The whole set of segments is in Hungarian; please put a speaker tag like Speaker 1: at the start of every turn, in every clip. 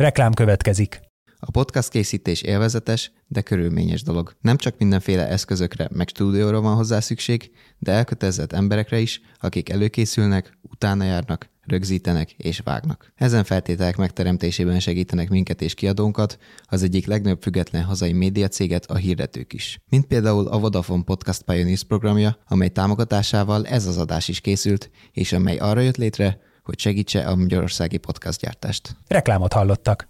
Speaker 1: Reklám következik.
Speaker 2: A podcast készítés élvezetes, de körülményes dolog. Nem csak mindenféle eszközökre meg stúdióra van hozzá szükség, de elkötelezett emberekre is, akik előkészülnek, utána járnak, rögzítenek és vágnak. Ezen feltételek megteremtésében segítenek minket és kiadónkat, az egyik legnagyobb független hazai médiacéget, a hirdetők is. Mint például a Vodafone Podcast Pioneers programja, amely támogatásával ez az adás is készült, és amely arra jött létre, hogy segítse a magyarországi podcastgyártást.
Speaker 1: Reklámot hallottak.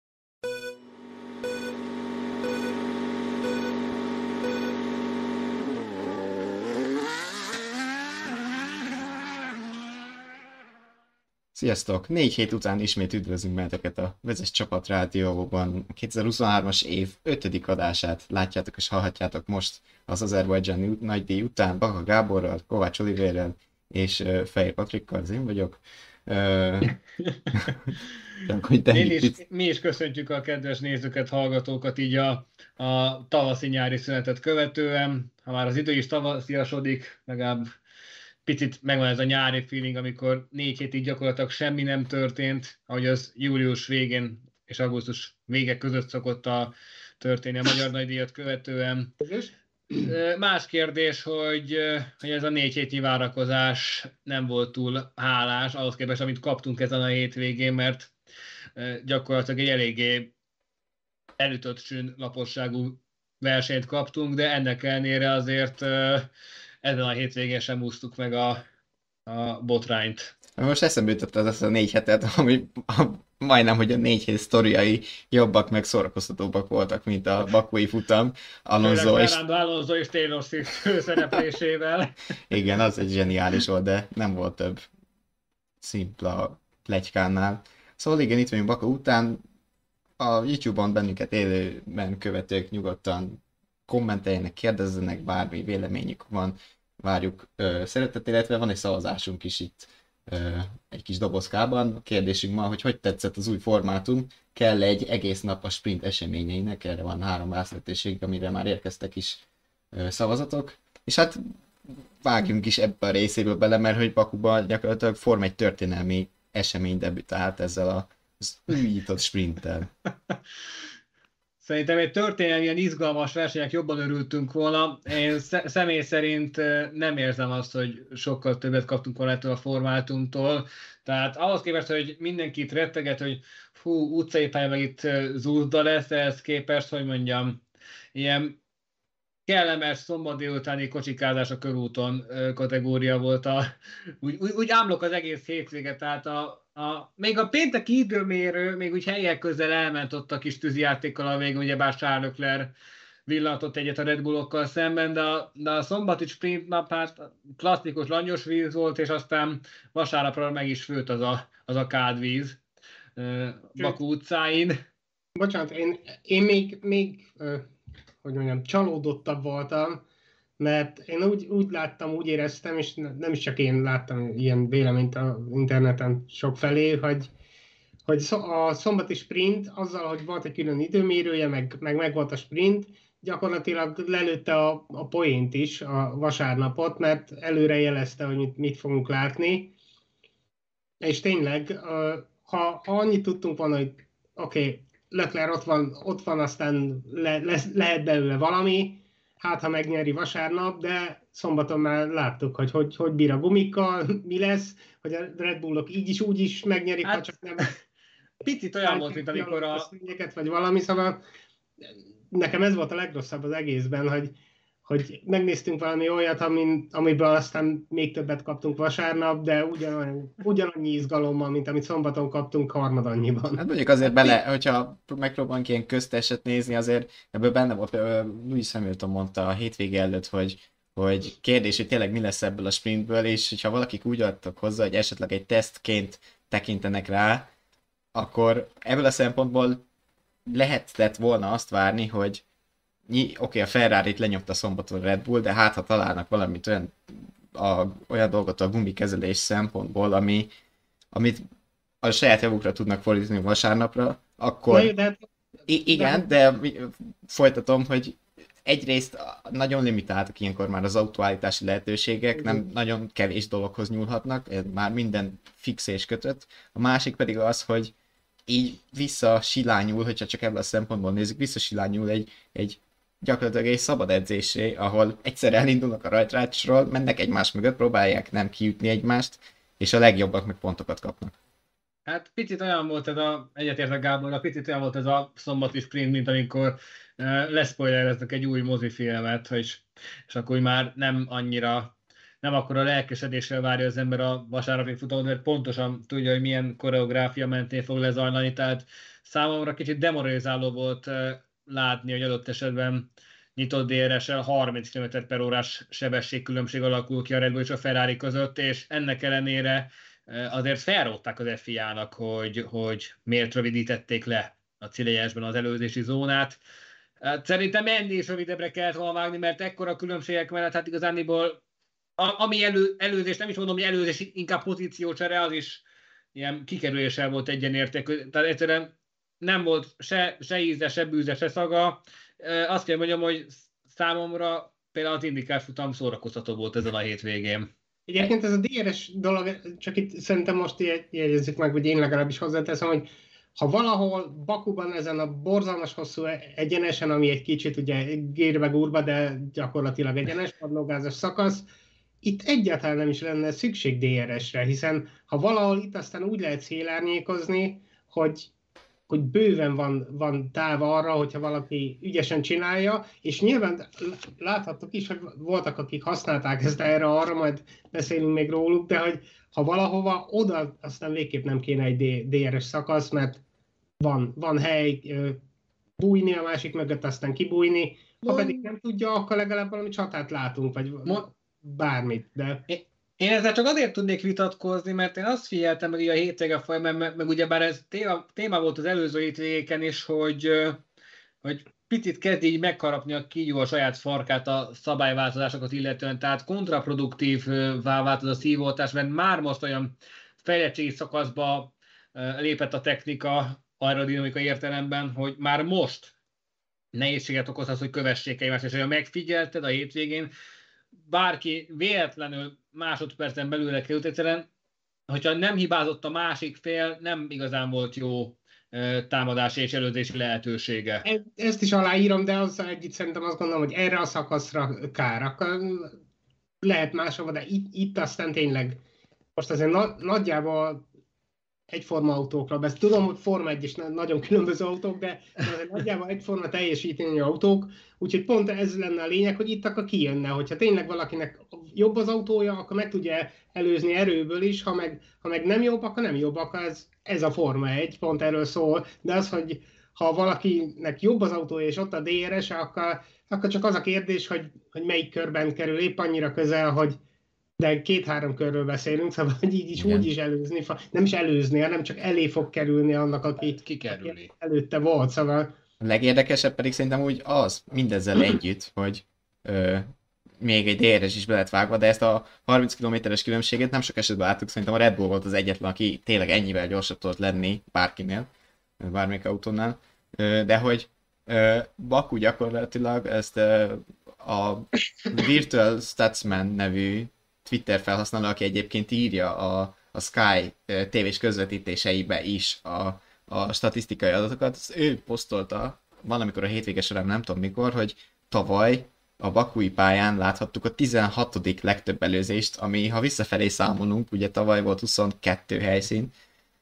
Speaker 3: Sziasztok! 4 hét után ismét üdvözlünk benneteket a Vezess Csapat Rádióban. 2023-as év 5. adását látjátok és hallhatjátok most az Azerbajdzsáni nagydíj után Baka Gáborral, Kovács Olivérrel és Fehér Patrikkal, az én vagyok.
Speaker 4: Mi is köszöntjük a kedves nézőket, hallgatókat így a tavaszi-nyári szünetet követően. Ha már az idő is tavasziasodik, legalább picit megvan ez a nyári feeling, amikor 4 hétig gyakorlatilag semmi nem történt, ahogy az július végén és augusztus vége között szokott történni a Magyar Nagydíjat követően. Más kérdés, hogy ez a 4 hétnyi várakozás nem volt túl hálás, ahhoz képest, amit kaptunk ezen a hétvégén, mert gyakorlatilag egy eléggé elütött sűn laposságú versenyt kaptunk, de ennek ellenére azért ezen a hétvégén sem úsztuk meg a botrányt.
Speaker 3: Most eszembe jutott az a 4 hetet, ami majdnem, hogy a 4 hét sztoriai jobbak meg szórakoztatóbbak voltak, mint a bakui futam.
Speaker 4: Alonso és Taylor Swift szereplésével.
Speaker 3: Igen, az egy zseniális volt, de nem volt több szimpla pletykánál. Szóval igen, itt vagyunk Baka után. A YouTube-on bennünket élőben követők nyugodtan kommenteljenek, kérdezzenek, bármi véleményük van, várjuk szeretettel, illetve van egy szavazásunk is itt egy kis dobozkában. A kérdésünk ma, hogy tetszett az új formátum, kell egy egész nap a sprint eseményeinek, erre van 3 válaszlehetőség, amire már érkeztek is szavazatok, és hát vágjunk is ebbe a részéből bele, mert hogy Bakuban gyakorlatilag Forma 1 történelmi esemény debütált ezzel az újított sprinttel.
Speaker 4: Szerintem egy történelmi ilyen izgalmas versenyek jobban örültünk volna. Én személy szerint nem érzem azt, hogy sokkal többet kaptunk volna ettől a formátumtól. Tehát ahhoz képest, hogy mindenkit retteget, hogy utcai pálya meg itt zúzda lesz, ehhez képest, hogy mondjam, ilyen kellemes szombat délutáni kocsikázás a körúton kategória volt. Úgy ámlok az egész hétvége, tehát még a pénteki időmérő még úgy helyek közel elment ott a kis tűzijátékkal a végén, ugyebár Charles Leclerc villantott egyet a Red Bullokkal szemben, de a szombati sprint nap hát klasszikus langyos víz volt, és aztán vasárnapra meg is főtt az a kádvíz Baku utcáin.
Speaker 5: Bocsánat, én még hogy mondjam, csalódottabb voltam, mert én úgy láttam, úgy éreztem, és nem is csak én láttam ilyen véleményt az interneten sokfelé, hogy a szombati sprint azzal, hogy volt egy külön időmérője, meg volt a sprint, gyakorlatilag lelőtte a poént is, a vasárnapot, mert előre jelezte, hogy mit fogunk látni. És tényleg, ha annyit tudtunk volna, hogy oké, Leclerc ott van, aztán lehet belőle valami, hát ha megnyeri vasárnap, de szombaton már láttuk, hogy bír a gumikkal, mi lesz, hogy a Red Bullok így is úgy is megnyerik, hát, ha csak nem...
Speaker 4: Picit olyan volt, mint amikor
Speaker 5: vagy valami, szóval nekem ez volt a legrosszabb az egészben, hogy megnéztünk valami olyat, amiből aztán még többet kaptunk vasárnap, de ugyanannyi izgalommal, mint amit szombaton kaptunk, harmadannyiban.
Speaker 3: Hát mondjuk azért hogyha megpróbálunk ilyen közteset nézni, azért ebből benne volt, Lewis Hamilton mondta a hétvége előtt, hogy kérdés, hogy tényleg mi lesz ebből a sprintből, és hogyha valakik úgy adtak hozzá, hogy esetleg egy tesztként tekintenek rá, akkor ebből a szempontból lehetett volna azt várni, hogy oké, a Ferrari-t lenyomta szombaton a Red Bull, de hát ha találnak valamit olyan dolgot a gumikezelés szempontból, amit a saját javukra tudnak fordítani vasárnapra, akkor igen, de folytatom, hogy egyrészt nagyon limitáltak ilyenkor már az autóállítási lehetőségek, nem nagyon kevés dologhoz nyúlhatnak, már minden fix és kötött. A másik pedig az, hogy így visszasilányul, hogyha csak ebből a szempontból nézzük, visszasilányul egy gyakorlatilag egy szabad edzésé, ahol egyszer elindulnak a rajtrácsról, mennek egymás mögött, próbálják nem kiütni egymást, és a legjobbak meg pontokat kapnak.
Speaker 4: Hát picit olyan volt egyetértek Gáborra, picit olyan volt ez a szombati sprint, mint amikor leszpoilereznek egy új mozifilmet, és akkor már nem akkora lelkesedéssel várja az ember a vasárnapi futamot, mert pontosan tudja, hogy milyen koreográfia mentén fog lezajlani, tehát számomra kicsit demoralizáló volt látni, hogy adott esetben nyitott DRS-el 30 km/h sebességkülönbség alakul ki a Red Bull és a Ferrari között, és ennek ellenére azért felrótták az FIA-nak, hogy miért rövidítették le a céljásban az előzési zónát. Hát szerintem ennél is rövidebbre kellett volna vágni, mert ekkora különbségek mellett, hát igazániból ami előzés, nem is mondom, hogy előzés, inkább pozíciócsere, az is ilyen kikerüléssel volt egyenértékű. Tehát egyszerűen nem volt se íze, se bűze, se szaga. Azt kell mondjam, hogy számomra például az IndyCar futam szórakoztató volt ezen a hétvégén.
Speaker 5: Egyébként ez a DRS dolog, csak itt szerintem most jegyezzük meg, vagy én legalábbis hozzáteszem, hogy ha valahol Bakuban ezen a borzalmas hosszú egyenesen, ami egy kicsit ugye gírbe-gurba, de gyakorlatilag egyenes, padlógázas szakasz, itt egyáltalán nem is lenne szükség DRS-re, hiszen ha valahol itt aztán úgy lehet szélárnyékozni, hogy bőven van táv arra, hogyha valaki ügyesen csinálja, és nyilván láthattuk is, hogy voltak, akik használták ezt erre-arra, majd beszélünk még róluk, de hogy ha valahova, oda aztán végképp nem kéne egy DRS szakasz, mert van hely bújni a másik mögött, aztán kibújni, ha pedig nem tudja, akkor legalább valami csatát látunk, vagy bármit, de...
Speaker 4: Én ezzel csak azért tudnék vitatkozni, mert én azt figyeltem meg a hétvége folyamán, meg ugyebár ez téma volt az előző hétvégéken is, hogy picit kezd így megharapni a kígyó a saját farkát a szabályváltozásokat illetően, tehát kontraproduktívvá vált az a szívótás, mert már most olyan fejlettségi szakaszba lépett a technika aerodinamikai értelemben, hogy már most nehézséget okoz az, hogy kövessék egymást, és ha megfigyelted a hétvégén, bárki véletlenül másodpercen belőle került, egyszerűen, hogyha nem hibázott a másik fél, nem igazán volt jó támadási és előzési lehetősége.
Speaker 5: Ezt is aláírom, de azzal együtt szerintem azt gondolom, hogy erre a szakaszra kár. Akkor lehet máshova, de itt aztán tényleg most azért nagyjából egyforma autókra beszél. Tudom, hogy Forma 1 is nagyon különböző autók, de nagyjából egyforma teljesítményű autók, úgyhogy pont ez lenne a lényeg, hogy itt akkor kijönne, hogyha tényleg valakinek jobb az autója, akkor meg tudja előzni erőből is, ha meg nem jobb, akkor nem jobb, akkor ez a Forma 1, pont erről szól, de az, hogy ha valakinek jobb az autója és ott a DRS, akkor csak az a kérdés, hogy melyik körben kerül épp annyira közel, hogy de 2-3 körről beszélünk, szóval hogy így is úgy is előzni, nem is előzni, hanem csak elé fog kerülni annak, aki előtte volt, szóval...
Speaker 3: A legérdekesebb pedig szerintem úgy az, mindezzel együtt, hogy még egy DRS is be lett vágva, de ezt a 30 km-es különbséget nem sok esetben láttuk, szerintem a Red Bull volt az egyetlen, aki tényleg ennyivel gyorsabb tudott lenni bárkinél, bármelyik autónál, de hogy Baku gyakorlatilag ezt a Virtual Statsman nevű Twitter felhasználó, aki egyébként írja a Sky tévés közvetítéseibe is a statisztikai adatokat, ő posztolta valamikor a hétvége során, nem tudom mikor, hogy tavaly a bakui pályán láthattuk a 16. legtöbb előzést, ami ha visszafelé számolunk, ugye tavaly volt 22 helyszín,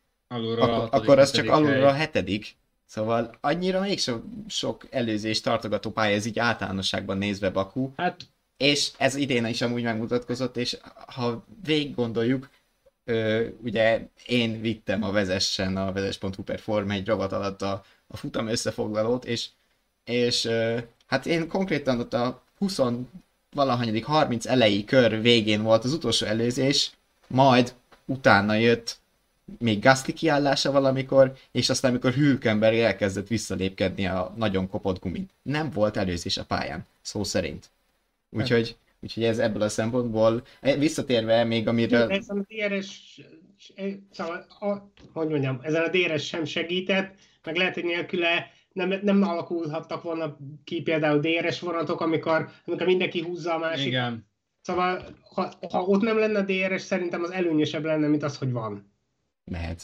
Speaker 3: akkor az csak alulra a 7. Szóval annyira még sok előzést tartogató pálya, ez így általánosságban nézve Baku. Hát, és ez idén is amúgy megmutatkozott, és ha végig gondoljuk, ugye én vittem a vezes.hu per Forma 1 rovat alatt a futam összefoglalót, és hát én konkrétan ott a 20-valahanyadik 30 elejé kör végén volt az utolsó előzés, majd utána jött még Gasly kiállása valamikor, és aztán amikor Hülkenberg elkezdett visszalépkedni a nagyon kopott gumin. Nem volt előzés a pályán, szó szerint. Úgyhogy ez ebből a szempontból, visszatérve még amiről...
Speaker 5: Ezen a DRS, szóval, hogy mondjam, ezen a DRS sem segített, meg lehet, hogy nélküle nem alakulhattak volna ki például DRS vonatok, amikor mindenki húzza a másik.
Speaker 4: Igen.
Speaker 5: Szóval, ha ott nem lenne DRS, szerintem az előnyösebb lenne, mint az, hogy van.
Speaker 3: Lehet.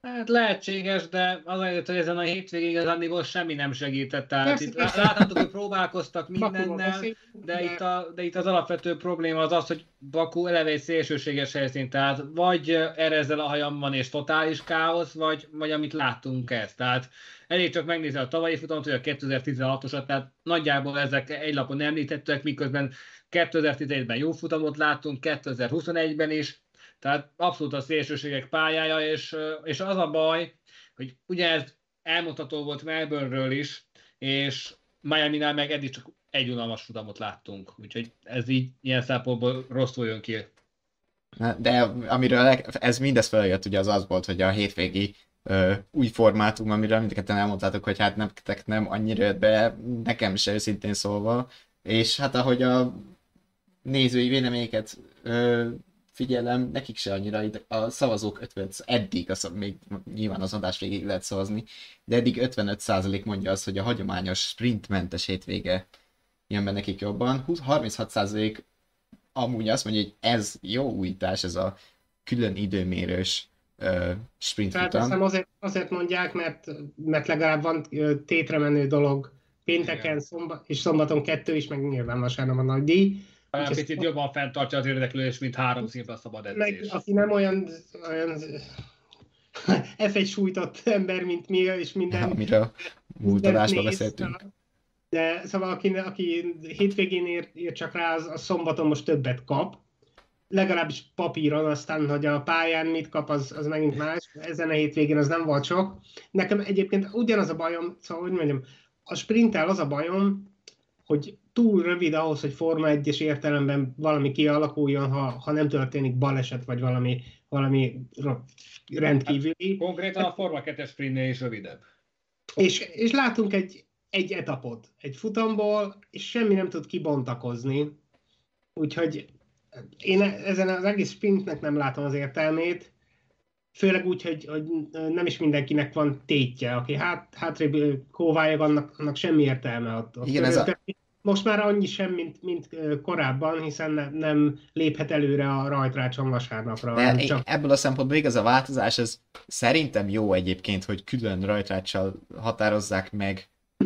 Speaker 4: Hát lehetséges, de azért, hogy ezen a hétvégén igazándiból semmi nem segített. Tehát
Speaker 5: Persze,
Speaker 4: itt
Speaker 5: persze.
Speaker 4: láthatók, hogy próbálkoztak
Speaker 5: Bakuról
Speaker 4: mindennel,
Speaker 5: beszélünk,
Speaker 4: de itt az alapvető probléma az, hogy Baku eleve egy szélsőséges helyszín, tehát vagy erezzel a hajam van és totális káosz, vagy amit láttunk ezt. Tehát elég csak megnézni a tavalyi futamot, vagy a 2016-osat, tehát nagyjából ezek egy lapon említettek, miközben 2017-ben jó futamot láttunk, 2021-ben is, tehát abszolút a szélsőségek pályája, és az a baj, hogy ugye ez elmondható volt Melbourne-ről is, és Miami-nál meg eddig csak egy unalmas futamot láttunk, úgyhogy ez így ilyen szempontból rosszul jön ki.
Speaker 3: De amiről ez mindez feljött, ugye az volt, hogy a hétvégi új formátum, amiről mindketten elmondtátok, hogy hát nektek nem annyira jött be, nekem se őszintén szólva, és hát ahogy a nézői véleményeket figyelem, nekik se annyira, a szavazók 50, eddig, még nyilván az adás végig lehet szavazni, de eddig 55% mondja azt, hogy a hagyományos sprintmentes hétvége jön be nekik jobban, 36% amúgy azt mondja, hogy ez jó újítás, ez a külön időmérős sprint futam.
Speaker 5: Azért mondják, mert legalább van tétre menő dolog pénteken és szombaton 2 is, meg nyilván vasárnap a nagy díj.
Speaker 4: Talán picit jobban fenntartja az érdeklődést, mint 3 színpad szabad edzés.
Speaker 5: Meg aki nem olyan F1 sújtott ember, mint mi, és minden...
Speaker 3: Amiről múlt adásban beszéltünk.
Speaker 5: De szóval aki hétvégén ír csak rá, az szombaton most többet kap. Legalábbis papíron, aztán, hogy a pályán mit kap, az megint más. Ezen a hétvégén az nem volt sok. Nekem egyébként ugyanaz a bajom, szóval hogy mondjam, a sprinttel az a bajom, hogy túl rövid ahhoz, hogy Forma 1-es értelemben valami kialakuljon, ha nem történik baleset, vagy valami rendkívüli.
Speaker 4: Konkrétan a Forma 2-es sprintnél is rövidebb.
Speaker 5: És látunk egy etapot, egy futamból, és semmi nem tud kibontakozni. Úgyhogy én ezen az egész sprintnek nem látom az értelmét, főleg úgy, hogy nem is mindenkinek van tétje, aki hátrébb kóvályog, annak semmi értelme ott. Igen, most már annyi sem, mint korábban, hiszen nem léphet előre a rajtrácson vasárnapra.
Speaker 3: Ebből a szempontból igaz a változás, ez szerintem jó egyébként, hogy külön rajtráccsal határozzák meg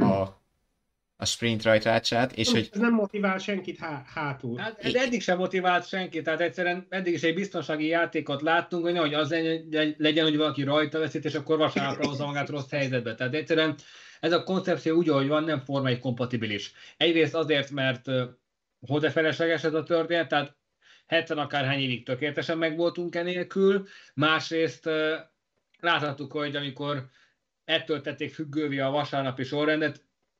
Speaker 3: a sprint rajtrácsát, és hogy...
Speaker 5: Ez nem motivál senkit hátul.
Speaker 4: Hát, eddig sem motivált senkit, tehát egyszerűen eddig is egy biztonsági játékot láttunk, hogy nehogy az legyen, hogy valaki rajta veszít, és akkor vasárnapra hozza magát rossz helyzetbe. Tehát egyszerűen ez a koncepció úgy, ahogy van, nem Forma 1 kompatibilis. Egyrészt azért, mert hozzáfelesleges ez a történet, tehát 70 akárhány évig tökéletesen megvoltunk enélkül. Másrészt láthattuk, hogy amikor ettől tették függővé a vasárnapi sorrendet,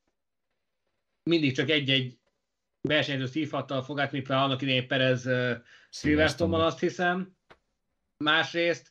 Speaker 4: mindig csak egy-egy versenyző szívhatta a fogát, mint például annak idején Perez Silverstone-ban, azt hiszem. Másrészt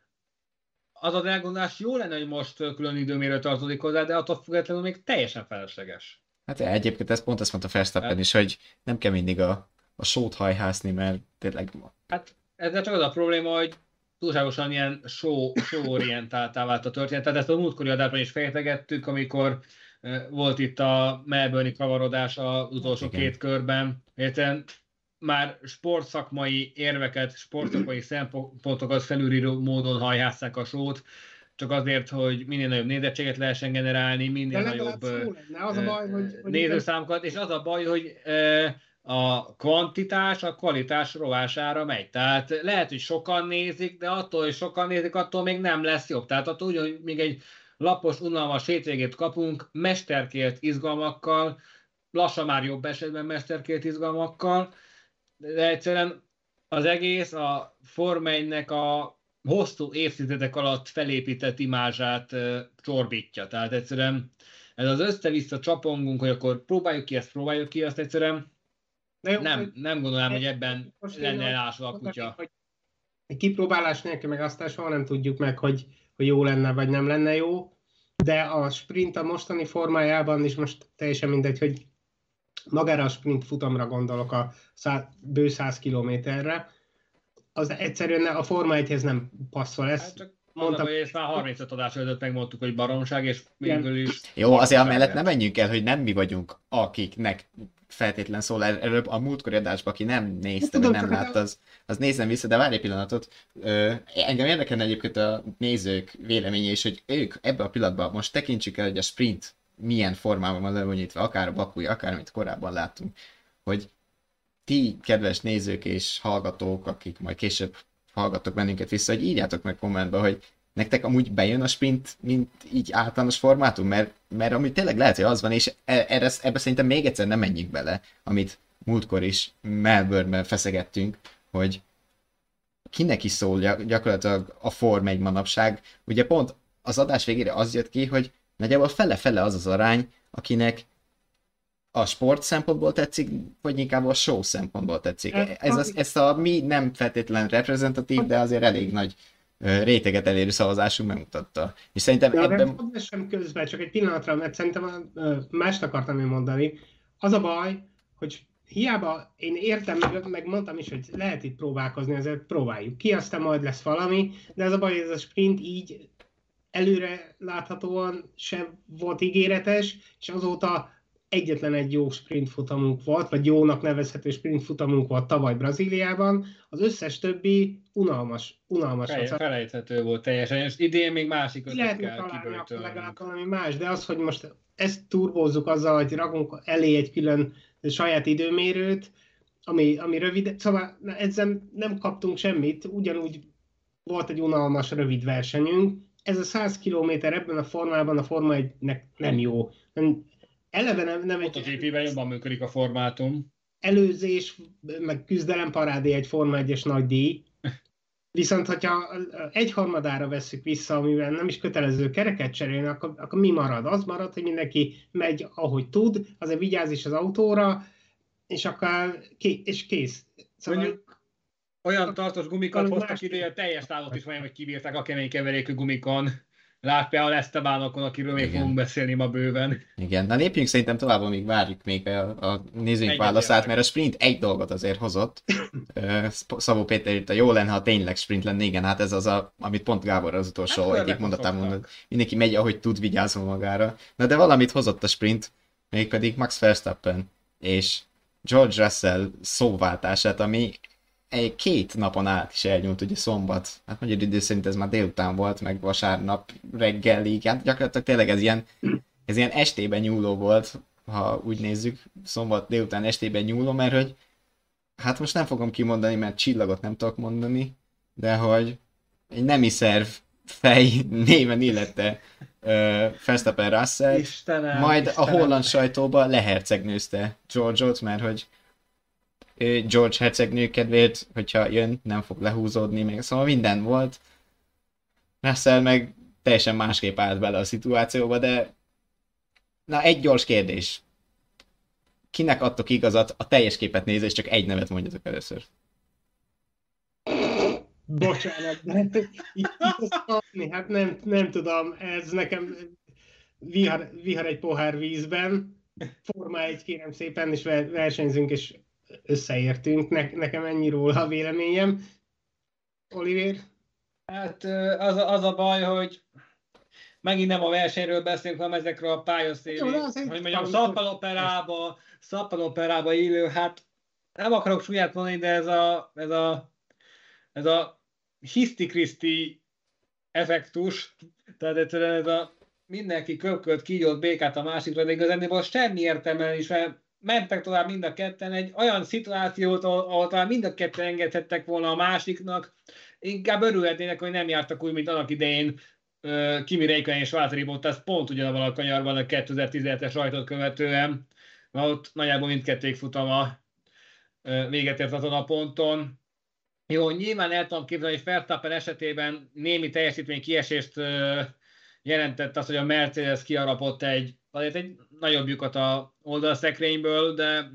Speaker 4: az az elgondolás jó lenne, hogy most külön időmérő tartozik hozzá, de attól függetlenül még teljesen felesleges.
Speaker 3: Hát egyébként ezt mondta Verstappen is, hogy nem kell mindig a sót hajhászni, mert tényleg...
Speaker 4: Hát ezzel csak az a probléma, hogy túlságosan ilyen show-orientáltá vált a történet. Tehát ezt a múltkori adásban is fejtegettük, amikor volt itt a Melbourne-i kavarodás az utolsó 2 körben. Érten már sportszakmai érveket, sportszakmai szempontokat felülíró módon hajhásszák a sót, csak azért, hogy minél nagyobb nézettséget lehessen generálni, minél nagyobb nézőszámokat, és az a baj, hogy a kvantitás a kvalitás rovására megy. Tehát lehet, hogy sokan nézik, de attól, hogy sokan nézik, attól még nem lesz jobb. Tehát attól úgy, hogy még egy lapos, unalmas hétvégét kapunk, mesterkélt izgalmakkal, lassan már jobb esetben mesterkélt izgalmakkal, de egyszerűen az egész a Forma 1-nek a hosszú évtizedek alatt felépített imázsát csorbítja. Tehát egyszerűen ez az össze-vissza csapongunk, hogy akkor próbáljuk ki azt egyszerűen nem gondolom, hogy ebben lenne elásva a kutya.
Speaker 5: Egy kipróbálás nélkül meg aztán soha nem tudjuk meg, hogy jó lenne, vagy nem lenne jó, de a sprint a mostani formájában is most teljesen mindegy, hogy magára a sprint futamra gondolok a bő 100 kilométerre, az egyszerűen a Forma 1-hez nem passzol. mondtam.
Speaker 4: hogy ezt már 35 adás előtt megmondtuk, hogy baromság, és végül is...
Speaker 3: Jó, azért amellett nem menjünk el, hogy nem mi vagyunk, akiknek feltétlen szól erről a múltkori adásban, aki nem nézte, vagy nem látta, az nézzen vissza, de várj egy pillanatot. Engem érdekelne egyébként a nézők véleménye is, hogy ők ebben a pillanatban most tekintsük el, hogy a sprint milyen formában van lebonyolítva, akár a Bakúi, akár amit korábban láttunk, hogy ti, kedves nézők és hallgatók, akik majd később hallgattok bennünket vissza, hogy írjátok meg kommentbe, hogy nektek amúgy bejön a sprint, mint így általános formátum, mert amúgy tényleg lehet, hogy az van, és ebbe szerintem még egyszer nem menjünk bele, amit múltkor is Melbourne-ben feszegettünk, hogy kinek is szól gyakorlatilag a Form 1 manapság. Ugye pont az adás végére az jött ki, hogy nagyjából fele-fele az az arány, akinek a sport szempontból tetszik, vagy inkább a show szempontból tetszik. Ez a mi nem feltétlen reprezentatív, de azért elég nagy réteget elérő szavazásunk megmutatta. És szerintem ebben...
Speaker 5: sem közben, csak egy pillanatra, mert szerintem mást akartam én mondani. Az a baj, hogy hiába én értem, meg mondtam is, hogy lehet itt próbálkozni, ezért próbáljuk ki, aztán majd lesz valami, de az a baj, hogy ez a sprint így előre láthatóan sem volt ígéretes, és azóta egyetlen egy jó sprint futamunk volt, vagy jónak nevezhető sprint futamunk volt tavaly Brazíliában, az összes többi unalmas.
Speaker 4: Felejthető volt teljesen, és idén még másik
Speaker 5: ötlet kell kibőjtölni. Legalább valami más, de az, hogy most ezt turbózzuk azzal, hogy ragunk elé egy külön saját időmérőt, ami rövid, szóval ezen nem kaptunk semmit, ugyanúgy volt egy unalmas rövid versenyünk. Ez a 100 km ebben a formában a Forma 1-nek nem jó. Eleve nem egy...
Speaker 4: MotoGP-ben jobban működik a formátum.
Speaker 5: Előzés, meg küzdelemparádé egy Forma 1-es nagy díj. Viszont, hogyha egyharmadára vesszük vissza, amivel nem is kötelező kereket cserélni, akkor mi marad? Az marad, hogy mindenki megy, ahogy tud, azért vigyáz is az autóra, és akkor és kész.
Speaker 4: Szóval... Mondjuk olyan tartós gumikat hoztak ide, hogy teljes távot is majdnem, hogy kibírták a kemény keverékű gumikon. Lát például Estebánokon, akiről még fogunk beszélni ma bőven.
Speaker 3: Igen, na lépjünk szerintem tovább, amíg várjuk még a nézőink válaszát, mert a sprint egy dolgot azért hozott. Szabó Péter írta, jó lenne, ha tényleg sprint lenne, igen, hát ez az, amit pont Gábor az utolsó egyik mondatában mondott. Mindenki megy, ahogy tud, vigyázva magára. Na de valamit hozott a sprint, mégpedig Max Verstappen és George Russell szóváltását, ami 2 napon át is elnyúlt, ugye szombat, hát magyar idő szerint ez már délután volt, meg vasárnap reggelig, hát gyakorlatilag tényleg ez ilyen estében nyúló volt, ha úgy nézzük, szombat délután estében nyúló, mert hogy, hát most nem fogom kimondani, mert csillagot nem tudok mondani, de hogy egy nemi szerv fej néven illette Verstappen Russell, majd a holland sajtóban lehercegnőzte George-ot, mert hogy George hercegnő kedvéért, hogyha jön, nem fog lehúzódni, még szóval minden volt. Russell meg teljesen másképp állt bele a szituációba, de na egy gyors kérdés. Kinek adtok igazat a teljes képet nézve, és csak egy nevet mondjatok először?
Speaker 5: Bocsánat, de hát nem tudom, ez nekem vihar egy pohár vízben, Forma 1 kérem szépen, és versenyzünk, és összeértünk. Nekem ennyi róla a véleményem. Oliver?
Speaker 4: Hát az a baj, hogy megint nem a versenyről beszélünk, hanem ezekről a pályaszéli, hogy mondjam, szappanoperába élő, hát nem akarok súlyát mondani, de ez a hiszti-kriszti effektus, tehát egyszerűen ez a mindenki köpkölt, kígyót békát a másikra, de igazán semmi értelme is, mert mentek tovább mind a ketten egy olyan szituációt, ahol talán mind a ketten engedhettek volna a másiknak, inkább örülhetnének, hogy nem jártak úgy, mint annak idején Kimi Räikkönen és Valtteri Bottas pont ugyanabban a kanyarban a 2017-es rajtot követően, mert ott nagyjából mindkettőjük futama véget ért azon a ponton. Jó, nyilván el tudom képzelni, hogy Verstappen esetében némi teljesítmény kiesést jelentett az, hogy a Mercedes kiharapott azért egy nagyobb lyukat a oldalszekrényből, de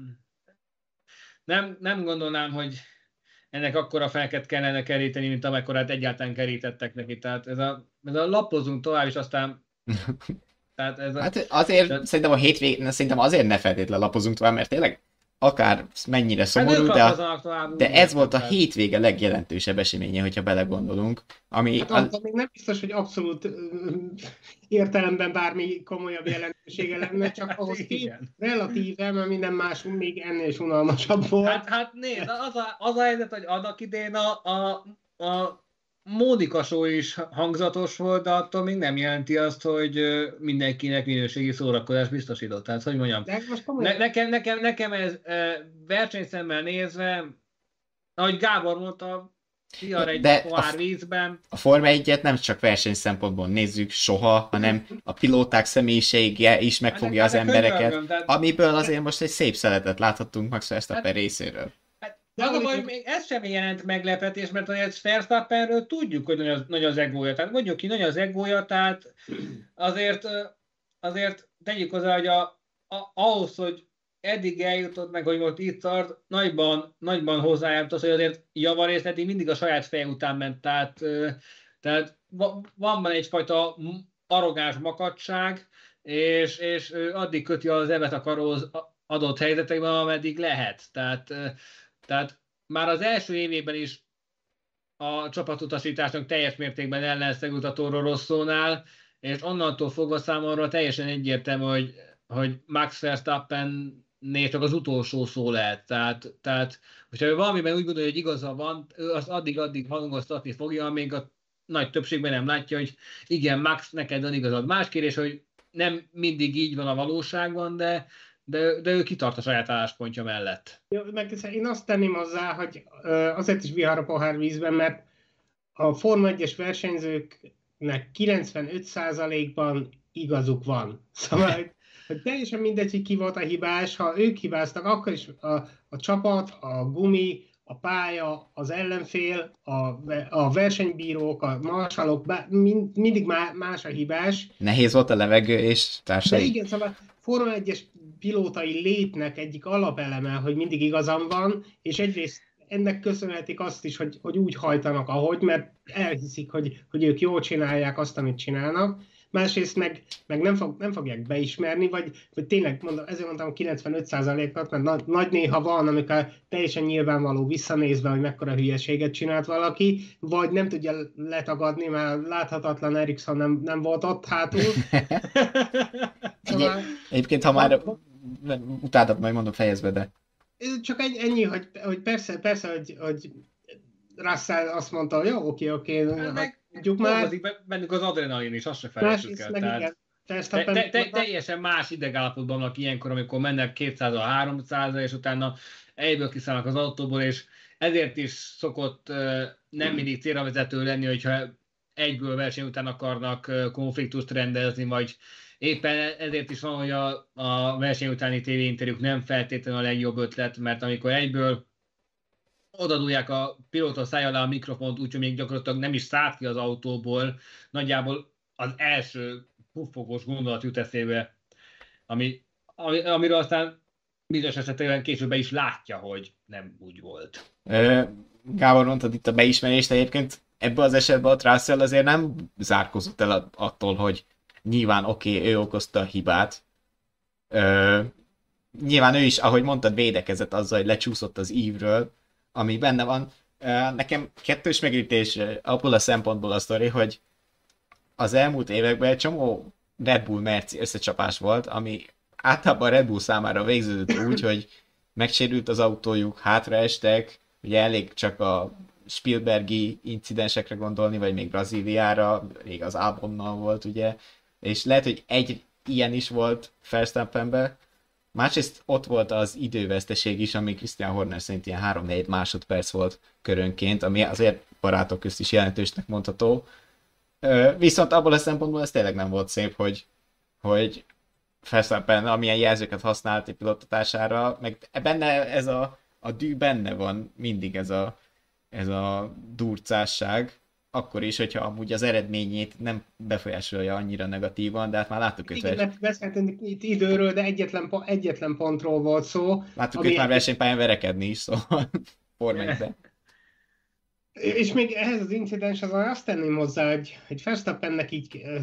Speaker 4: nem gondolnám, hogy ennek akkora felket kellene keríteni, mint amekkorát egyáltalán kerítettek neki. Tehát ez a lapozunk tovább, és aztán...
Speaker 3: Hát azért szerintem a hétvégén, szerintem azért ne feltétlenül lapozunk tovább, mert tényleg akár mennyire szomorú,
Speaker 4: ők
Speaker 3: de,
Speaker 4: akazanak tovább,
Speaker 3: de
Speaker 4: úgy
Speaker 3: ez volt a
Speaker 4: értem,
Speaker 3: hétvége legjelentősebb eseménye, hogyha belegondolunk. Ami
Speaker 5: Hát attól még nem biztos, hogy abszolút értelemben bármi komolyabb jelentősége lenne, csak ahhoz
Speaker 4: Igen.
Speaker 5: relatíve, mert minden más még ennél is unalmasabb volt.
Speaker 4: Hát nézd, az a helyzet, hogy annak idén a Mónika show is hangzatos volt, de attól még nem jelenti azt, hogy mindenkinek minőségi szórakozás biztosított. Tehát, hogy mondjam,
Speaker 5: De most komolyan,
Speaker 4: nekem ez versenyszemmel nézve, ahogy Gábor mondta, fiar egy
Speaker 3: De
Speaker 4: pohár vízben.
Speaker 3: a Forma 1-et nem csak verseny szempontból nézzük soha, hanem a pilóták személyisége is megfogja az embereket, amiből azért most egy szép szeletet láthattunk Max Verstappen részéről.
Speaker 4: De az a baj, hogy még ez sem jelent meglepetés, mert az Verstappenről tudjuk, hogy nagy az egója. Tehát mondjuk ki, nagy az egója, tehát azért tegyük hozzá, hogy ahhoz, hogy eddig eljutott meg, hogy most itt tart, nagyban hozzájárult az, hogy azért javarészt eddig mindig a saját feje után ment, tehát van benne egyfajta arrogáns makacság, és addig köti az evet a karóhoz adott helyzetekben, ameddig lehet. Tehát már az első évében is a csapatutasításnak teljes mértékben ellenszegült a Toro Rosszónál, és onnantól fogva számomra teljesen egyértelmű, hogy Max Verstappennél csak az utolsó szó lehet. Tehát hogyha ő valamiben úgy gondolja, hogy igaza van, ő azt addig hangoztatni fogja, amíg a nagy többségben nem látja, hogy igen, Max, neked van igazad. Más kérdés, hogy nem mindig így van a valóságban, de ő kitart a saját álláspontja mellett.
Speaker 5: meg én azt tenném hozzá, hogy azért is vihar a pohár vízben, mert a Forma 1-es versenyzőknek 95%-ban igazuk van. Szóval, hogy teljesen mindegy, hogy ki volt a hibás, ha ők hibáztak, akkor is a csapat, a gumi, a pálya, az ellenfél, a versenybírók, a marsalok, mindig más a hibás.
Speaker 3: Nehéz volt a levegő és
Speaker 5: De
Speaker 3: társai.
Speaker 5: igen, szóval Forma 1-es pilótai létnek egyik alapeleme, hogy mindig igazam van, és egyrészt ennek köszönhetik azt is, hogy úgy hajtanak, ahogy, mert elhiszik, hogy ők jól csinálják azt, amit csinálnak. Másrészt meg nem fogják beismerni, vagy tényleg, ezért mondtam 95%-at, mert nagy néha van, amikor teljesen nyilvánvaló visszanézve, hogy mekkora hülyeséget csinált valaki, vagy nem tudja letagadni, mert láthatatlan Ericsson nem volt ott hátul.
Speaker 3: Szóval... Egyébként, ha már utáltat, majd mondom fejezve, de...
Speaker 5: Csak ennyi, hogy persze, hogy Russell azt mondta, hogy jó, oké, tudjuk már.
Speaker 4: Bennük az adrenalin is, azt se felejtsük el. Teljesen más idegállapotban vannak ilyenkor, amikor mennek 200-300-ra, és utána egyből kiszállnak az autóból, és ezért is szokott nem mindig célra vezető lenni, hogyha egyből verseny után akarnak konfliktust rendezni, vagy éppen ezért is van, hogy a verseny utáni tévéinterjúk nem feltétlenül a legjobb ötlet, mert amikor egyből odadulják a pilóta száj alá a mikrofont, úgyhogy még gyakorlatilag nem is szállt ki az autóból, nagyjából az első puffogós gondolat jut eszébe, amiről aztán bizonyos esetben később be is látja, hogy nem úgy volt.
Speaker 3: Gábor, mondtad itt a beismerést, egyébként ebben az esetben a Russell azért nem zárkózott el attól, hogy nyilván oké, ő okozta a hibát. Nyilván ő is, ahogy mondtad, védekezett azzal, hogy lecsúszott az ívről, ami benne van. Nekem kettős megütés abból a szempontból a sztori, hogy az elmúlt években egy csomó Red Bull-Merci összecsapás volt, ami általában a Red Bull számára végződött úgy, hogy megsérült az autójuk, hátraestek, ugye elég csak a Spielbergi incidensekre gondolni, vagy még Brazíliára, még az Albonnal volt, ugye, és lehet, hogy egy ilyen is volt Verstappenben. Másrészt ott volt az időveszteség is, ami Christian Horner szerint ilyen 3-4 másodperc volt körönként, ami azért barátok közt is jelentősnek mondható. Viszont abból a szempontból ez tényleg nem volt szép, hogy Verstappen amilyen jelzőket használt egy pilotatására, meg benne ez a dű benne van mindig ez a durcásság, akkor is, hogyha amúgy az eredményét nem befolyásolja annyira negatívan, de hát már láttuk őt.
Speaker 5: Igen, mert beszéltünk itt időről, de egyetlen pontról volt szó.
Speaker 3: Láttuk őt már versenypályán verekedni is, szóval formányban.
Speaker 5: És még ehhez az incidenshez azt tenném hozzá, hogy Verstappennek így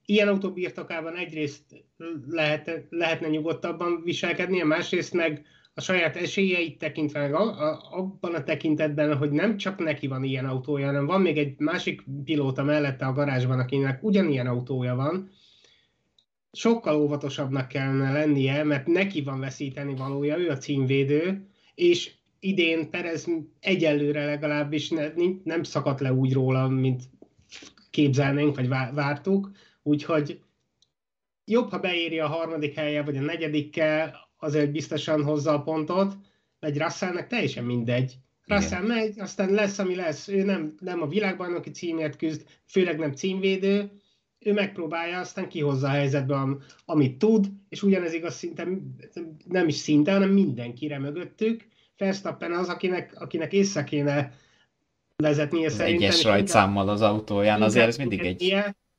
Speaker 5: ilyen autó birtokában egyrészt lehetne nyugodtabban viselkednie, másrészt meg a saját esélyeit tekintve, meg abban a tekintetben, hogy nem csak neki van ilyen autója, hanem van még egy másik pilóta mellette a garázsban, akinek ugyanilyen autója van, sokkal óvatosabbnak kellene lennie, mert neki van veszíteni valója, ő a címvédő, és idén Perez egyelőre legalábbis nem szakadt le úgy róla, mint képzelnénk, vagy vártuk, úgyhogy jobb, ha beéri a harmadik helye, vagy a negyedikkel, azért biztosan hozza a pontot, egy Russellnek teljesen mindegy. Russell megy, aztán lesz, ami lesz. Ő nem a világbajnoki címért küzd, főleg nem címvédő, ő megpróbálja, aztán kihozza a helyzetbe, amit tud, és ugyanez igaz szinte, nem is szinte, hanem mindenkire mögöttük. Verstappen az, akinek észre kéne vezetnie szerintem.
Speaker 3: Egyes rajtszámmal az autóján, azért ez mindig egy...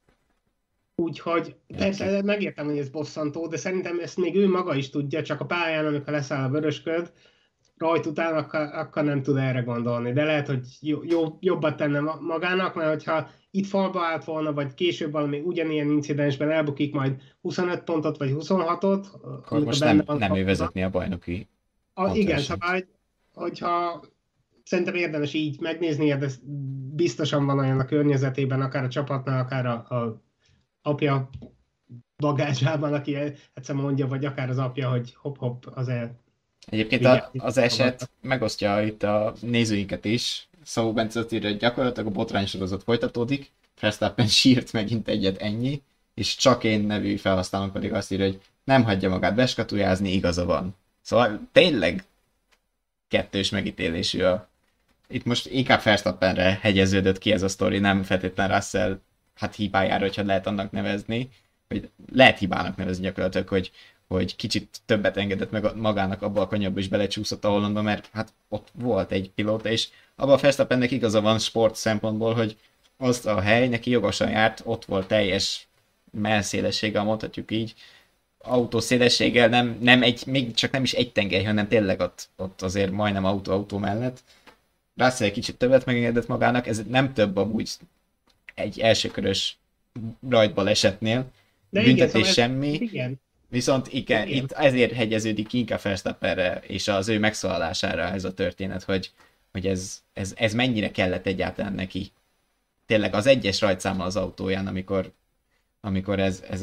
Speaker 5: Úgyhogy persze megértem, hogy ez bosszantó, de szerintem ezt még ő maga is tudja, csak a pályán, amikor leszáll a vörösköd, rajt után akkor nem tud erre gondolni. De lehet, hogy jobbat tenne magának, mert hogyha itt falba állt volna, vagy később valami ugyanilyen incidensben elbukik majd 25 pontot, vagy 26-ot.
Speaker 3: Akkor most nem ő vezetni a bajnoki
Speaker 5: igen, szóval, hogyha szerintem érdemes így megnézni, de biztosan van olyan a környezetében, akár a csapatnál, akár a apja bagázsában, aki egyszer mondja, vagy akár az apja, hogy hopp-hopp,
Speaker 3: Egyébként az eset megosztja itt a nézőinket is. Szabó Bence azt írja, hogy gyakorlatilag a botránysorozat folytatódik, Verstappen sírt megint egyet, ennyi, és csak én nevű felhasználónk pedig azt írja, hogy nem hagyja magát beskatujázni, igaza van. Szóval tényleg kettős megítélésű Itt most inkább Verstappenre hegyeződött ki ez a sztori, nem feltétlen Russell hibájára, hogyha lehet annak nevezni, vagy lehet hibának nevezni gyakorlatilag, hogy kicsit többet engedett meg magának abba a kanyarba is belecsúszott a Hollandba, mert hát ott volt egy pilóta, és abban a Verstappennek igaza van sport szempontból, hogy az a hely neki jogosan járt, ott volt teljes mellszélességgel, mondhatjuk így, autószélességgel, még csak nem is egy tengely, hanem tényleg ott azért majdnem autó mellett. Russell egy kicsit többet megengedett magának, ez nem több amúgy egy elsőkörös rajtbalesetnél, büntetés semmi.
Speaker 5: Igen.
Speaker 3: Viszont igen, itt ezért hegyeződik inkább Verstappenre és az ő megszólalására ez a történet, hogy ez mennyire kellett egyáltalán neki. Tényleg az egyes rajtszámmal az autóján, amikor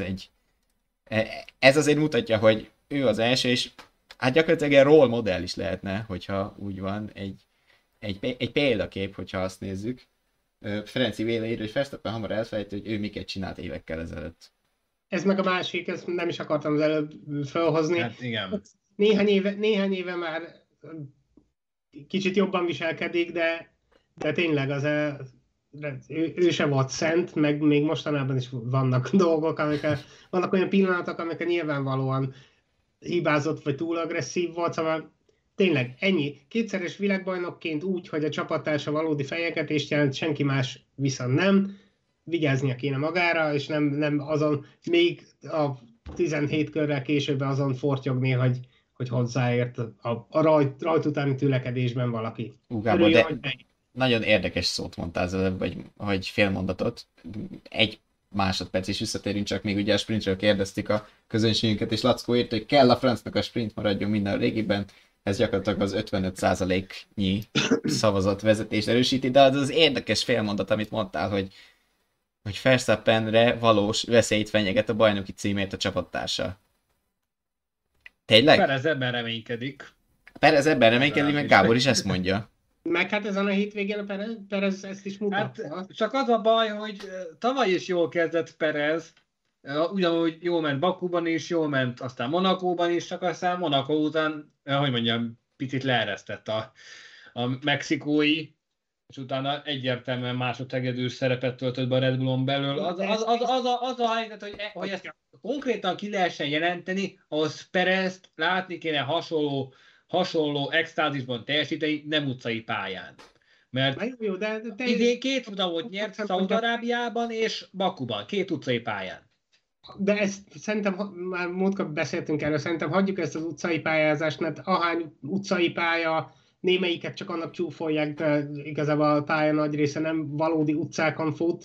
Speaker 3: ez azért mutatja, hogy ő az első, és hát gyakorlatilag egy role modell is lehetne, hogyha úgy van, egy példakép, hogyha azt nézzük. Ferenci Véle írja, hogy Verstappen hamar elfelejti, hogy ő miket csinált évekkel ezelőtt.
Speaker 5: Ez meg a másik, ezt nem is akartam az előbb felhozni.
Speaker 4: Hát igen.
Speaker 5: Néhány éve már kicsit jobban viselkedik, de tényleg ő sem volt szent, meg még mostanában is vannak dolgok, vannak olyan pillanatok, amikor nyilvánvalóan hibázott, vagy túl agresszív volt, szóval tényleg ennyi. Kétszeres világbajnokként úgy, hogy a csapattársa valódi fejegetést jelent, senki más viszont nem. Vigyáznia kéne magára, és nem azon, még a 17 körrel később azon fortyogni, hogy hozzáért a rajt utáni tülekedésben valaki.
Speaker 3: Gábor, de nagyon érdekes szót mondtál az előbb, vagy félmondatot. Egy másodperc is visszatérünk, csak még ugye a sprintről kérdeztük a közönségünket, és Lackó írt, hogy kell a francnak a sprint, maradjon minden a régiben. Ez gyakorlatilag az 55%-nyi szavazatvezetést erősíti, de az érdekes félmondat, amit mondtál, hogy Verstappenre valós veszélyt fenyeget a bajnoki címért a csapattársa. Tényleg?
Speaker 4: Perez ebben reménykedik.
Speaker 3: Meg Gábor is ezt mondja.
Speaker 5: Meg hát ezen a hétvégén a Perez ezt is mutatta.
Speaker 4: Hát csak az a baj, hogy tavaly is jól kezdett Perez, ugyanúgy jól ment Bakuban is, jól ment aztán Monakóban is, csak aztán Monakó után, picit leeresztett a mexikói, és utána egyértelműen másodhegedűs szerepet töltött be a Red Bullon belül. Az a helyzet, hogy ezt konkrétan ki lehessen jelenteni, ahhoz Perezt látni kéne hasonló extázisban teljesíteni, nem utcai pályán. Mert idén 2 futamot nyert Szaúd-Arábiában és Bakuban, 2 utcai pályán.
Speaker 5: De ezt szerintem, már múltkor beszéltünk erről, szerintem hagyjuk ezt az utcai pályázást, mert ahány utcai pálya, némelyiket csak annak csúfolják, de igazából a pálya nagy része nem valódi utcákon fut.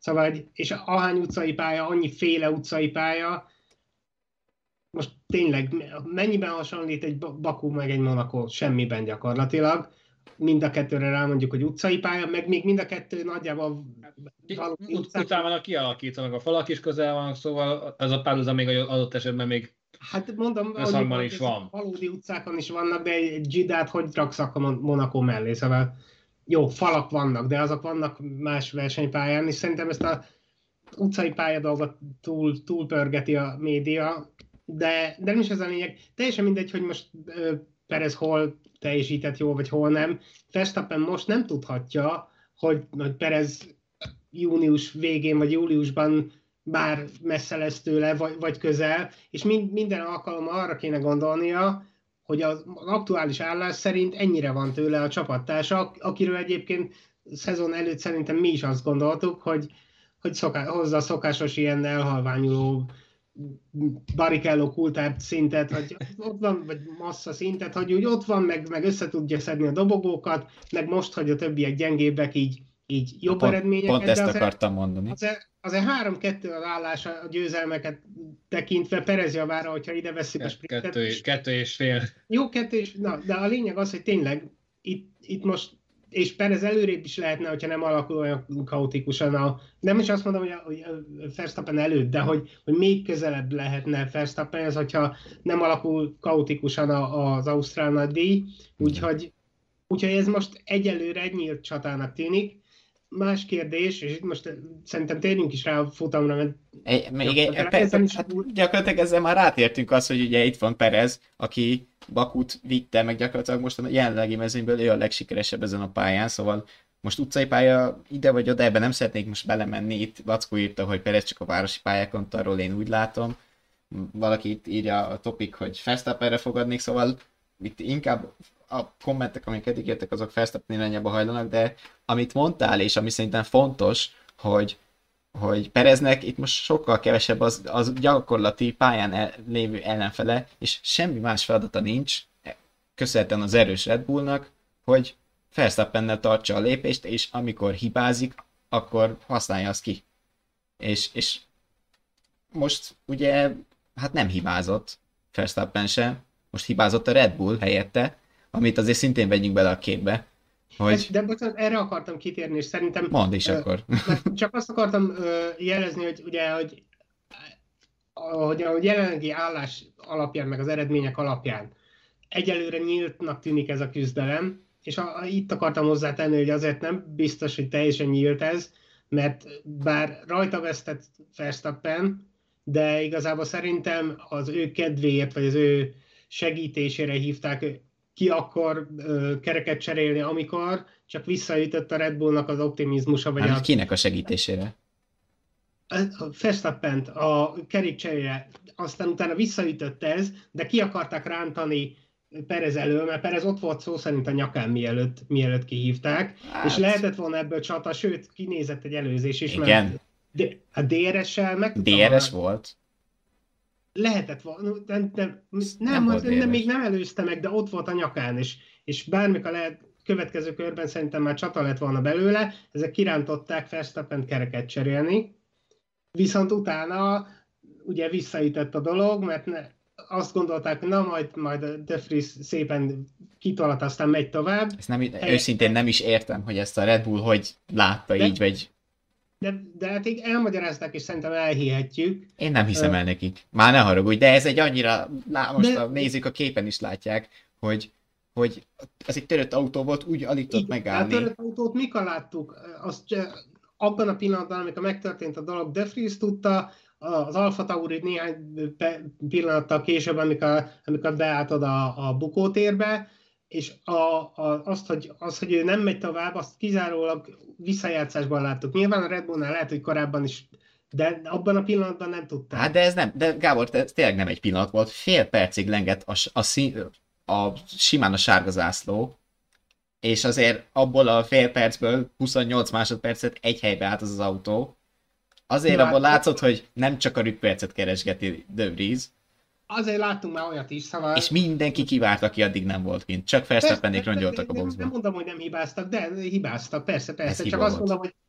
Speaker 5: Szóval, és ahány utcai pálya, annyi féle utcai pálya, most tényleg mennyiben hasonlít egy Baku meg egy Monaco? Semmiben gyakorlatilag. Mind a kettőre rámondjuk, hogy utcai pálya, meg még mind a kettő nagyjából valódi utcák.
Speaker 4: Utcán vannak kialakítanak, a falak is közel vannak, szóval ez a párhuzam még adott esetben még
Speaker 5: hát mondom,
Speaker 4: összhangban is van.
Speaker 5: Valódi utcákon is vannak, de egy Gidát hogy raksz a Monaco mellé? Szóval jó, falak vannak, de azok vannak más versenypályán, és szerintem ezt a utcai pálya dolgot túl pörgeti a média, de nem is ez a lényeg. Teljesen mindegy, hogy most Perez hol teljesített jól, vagy hol nem. Verstappen most nem tudhatja, hogy Perez június végén, vagy júliusban már messze lesz tőle, vagy közel, és minden alkalommal arra kéne gondolnia, hogy az aktuális állás szerint ennyire van tőle a csapattársa, akiről egyébként szezon előtt szerintem mi is azt gondoltuk, hogy hozza a szokásos ilyen elhalványuló Barrichello kultább szintet, vagy ott van, vagy massza szintet, hogy úgy ott van, meg össze tudja szedni a dobogókat, meg most, hogy a többiek gyengébbek, így jobb eredményeket.
Speaker 3: Pont ezt akartam mondani.
Speaker 5: Azért 3-2 az állás a győzelmeket tekintve, Perez javára, hogyha ide veszik a sprintet.
Speaker 4: 2,5.
Speaker 5: Jó, 2, de a lényeg az, hogy tényleg itt most, és Perez előrébb is lehetne, hogyha nem alakul olyan kaotikusan nem is azt mondom, hogy Verstappen előtt, de hogy még közelebb lehetne Verstappenhez, hogyha nem alakul kaotikusan az ausztrál nagydíj, úgyhogy ez most egyelőre egy nyílt csatának tűnik. Más kérdés, és most szerintem térjünk is rá a futamra, mert
Speaker 3: gyakorlatilag ezzel már rátértünk azt, hogy ugye itt van Perez, aki Bakut vitte, meg gyakorlatilag most a jelenlegi mezőnyből ő a legsikeresebb ezen a pályán, szóval most utcai pálya ide vagy oda, ebben nem szeretnék most belemenni, itt Lackó írta, hogy Perez csak a városi pályákon, arról én úgy látom, valaki itt írja a topik, hogy Verstappenre fogadnék, szóval itt inkább a kommentek, amik eddig jöttek, azok Verstappen irányába hajlanak, de amit mondtál, és ami szerintem fontos, hogy Pereznek itt most sokkal kevesebb az gyakorlati pályán lévő ellenfele, és semmi más feladata nincs, köszönhetően az erős Red Bullnak, hogy Verstappennel tartsa a lépést, és amikor hibázik, akkor használja azt ki. És most ugye, hát nem hibázott Verstappen se, most hibázott a Red Bull helyette, amit azért szintén vegyünk bele a képbe. Hogy...
Speaker 5: De bocsánat, erre akartam kitérni, és szerintem...
Speaker 3: Mondd is akkor.
Speaker 5: Csak azt akartam jelezni, hogy ugye, hogy a jelenlegi állás alapján, meg az eredmények alapján egyelőre nyíltnak tűnik ez a küzdelem, és itt akartam hozzátenni, hogy azért nem biztos, hogy teljesen nyílt ez, mert bár rajta vesztett Verstappen, de igazából szerintem az ő kedvéért, vagy az ő segítésére hívták ki akkor kereket cserélni, amikor csak visszaütött a Red Bullnak az optimizmusa. Vagy
Speaker 3: kinek a segítésére?
Speaker 5: A Verstappent a kerékcserére, aztán utána visszaütött ez, de ki akarták rántani Perez elől, mert Perez ott volt szó szerint a nyakán, mielőtt kihívták, és lehetett volna ebből csata, sőt, kinézett egy előzés is.
Speaker 3: Igen.
Speaker 5: Mert a DRS-sel meg
Speaker 3: DRS volt?
Speaker 5: Lehetett volna,
Speaker 3: nem
Speaker 5: még nem előzte meg, de ott volt a nyakán, és bármikor lehet következő körben szerintem már csata lett volna belőle, ezek kirántották Verstappent kereket cserélni, viszont utána ugye visszaütött a dolog, mert azt gondolták, hogy na majd a De Vries szépen kitolat, aztán megy tovább.
Speaker 3: Őszintén nem is értem, hogy ezt a Red Bull hogy látta így, vagy...
Speaker 5: De hát így elmagyarázták, és szerintem elhihetjük.
Speaker 3: Én nem hiszem el nekik. Már ne haragudj, de ez egy annyira... Most nézzük, a képen is látják, hogy ez egy törött autó volt, úgy alig tudott megállni.
Speaker 5: A törött autót mikor láttuk? Azt abban a pillanatban, amikor megtörtént a dolog, De Vries tudta, az Alfa Tauri néhány pillanattal később, amikor beállt oda a bukótérbe, és az, hogy ő nem megy tovább, azt kizárólag visszajátszásban láttuk. Nyilván a Red Bullnál lehet, hogy korábban is, de abban a pillanatban nem tudták.
Speaker 3: Hát de ez nem, de Gábor, ez tényleg nem egy pillanat volt. Fél percig lengett simán a sárga zászló, és azért abból a fél percből 28 másodpercet egy helybe állt az autó. Azért abból látszott, hogy nem csak a rükkpercet keresgeti De Vries.
Speaker 5: Azért láttunk már olyat is, szóval...
Speaker 3: És mindenki kivárt, aki addig nem volt kint. Csak Verstappenék rongyoltak a boxban.
Speaker 5: Nem mondom, hogy nem hibáztak, de hibáztak, persze. Csak azt mondom, hogy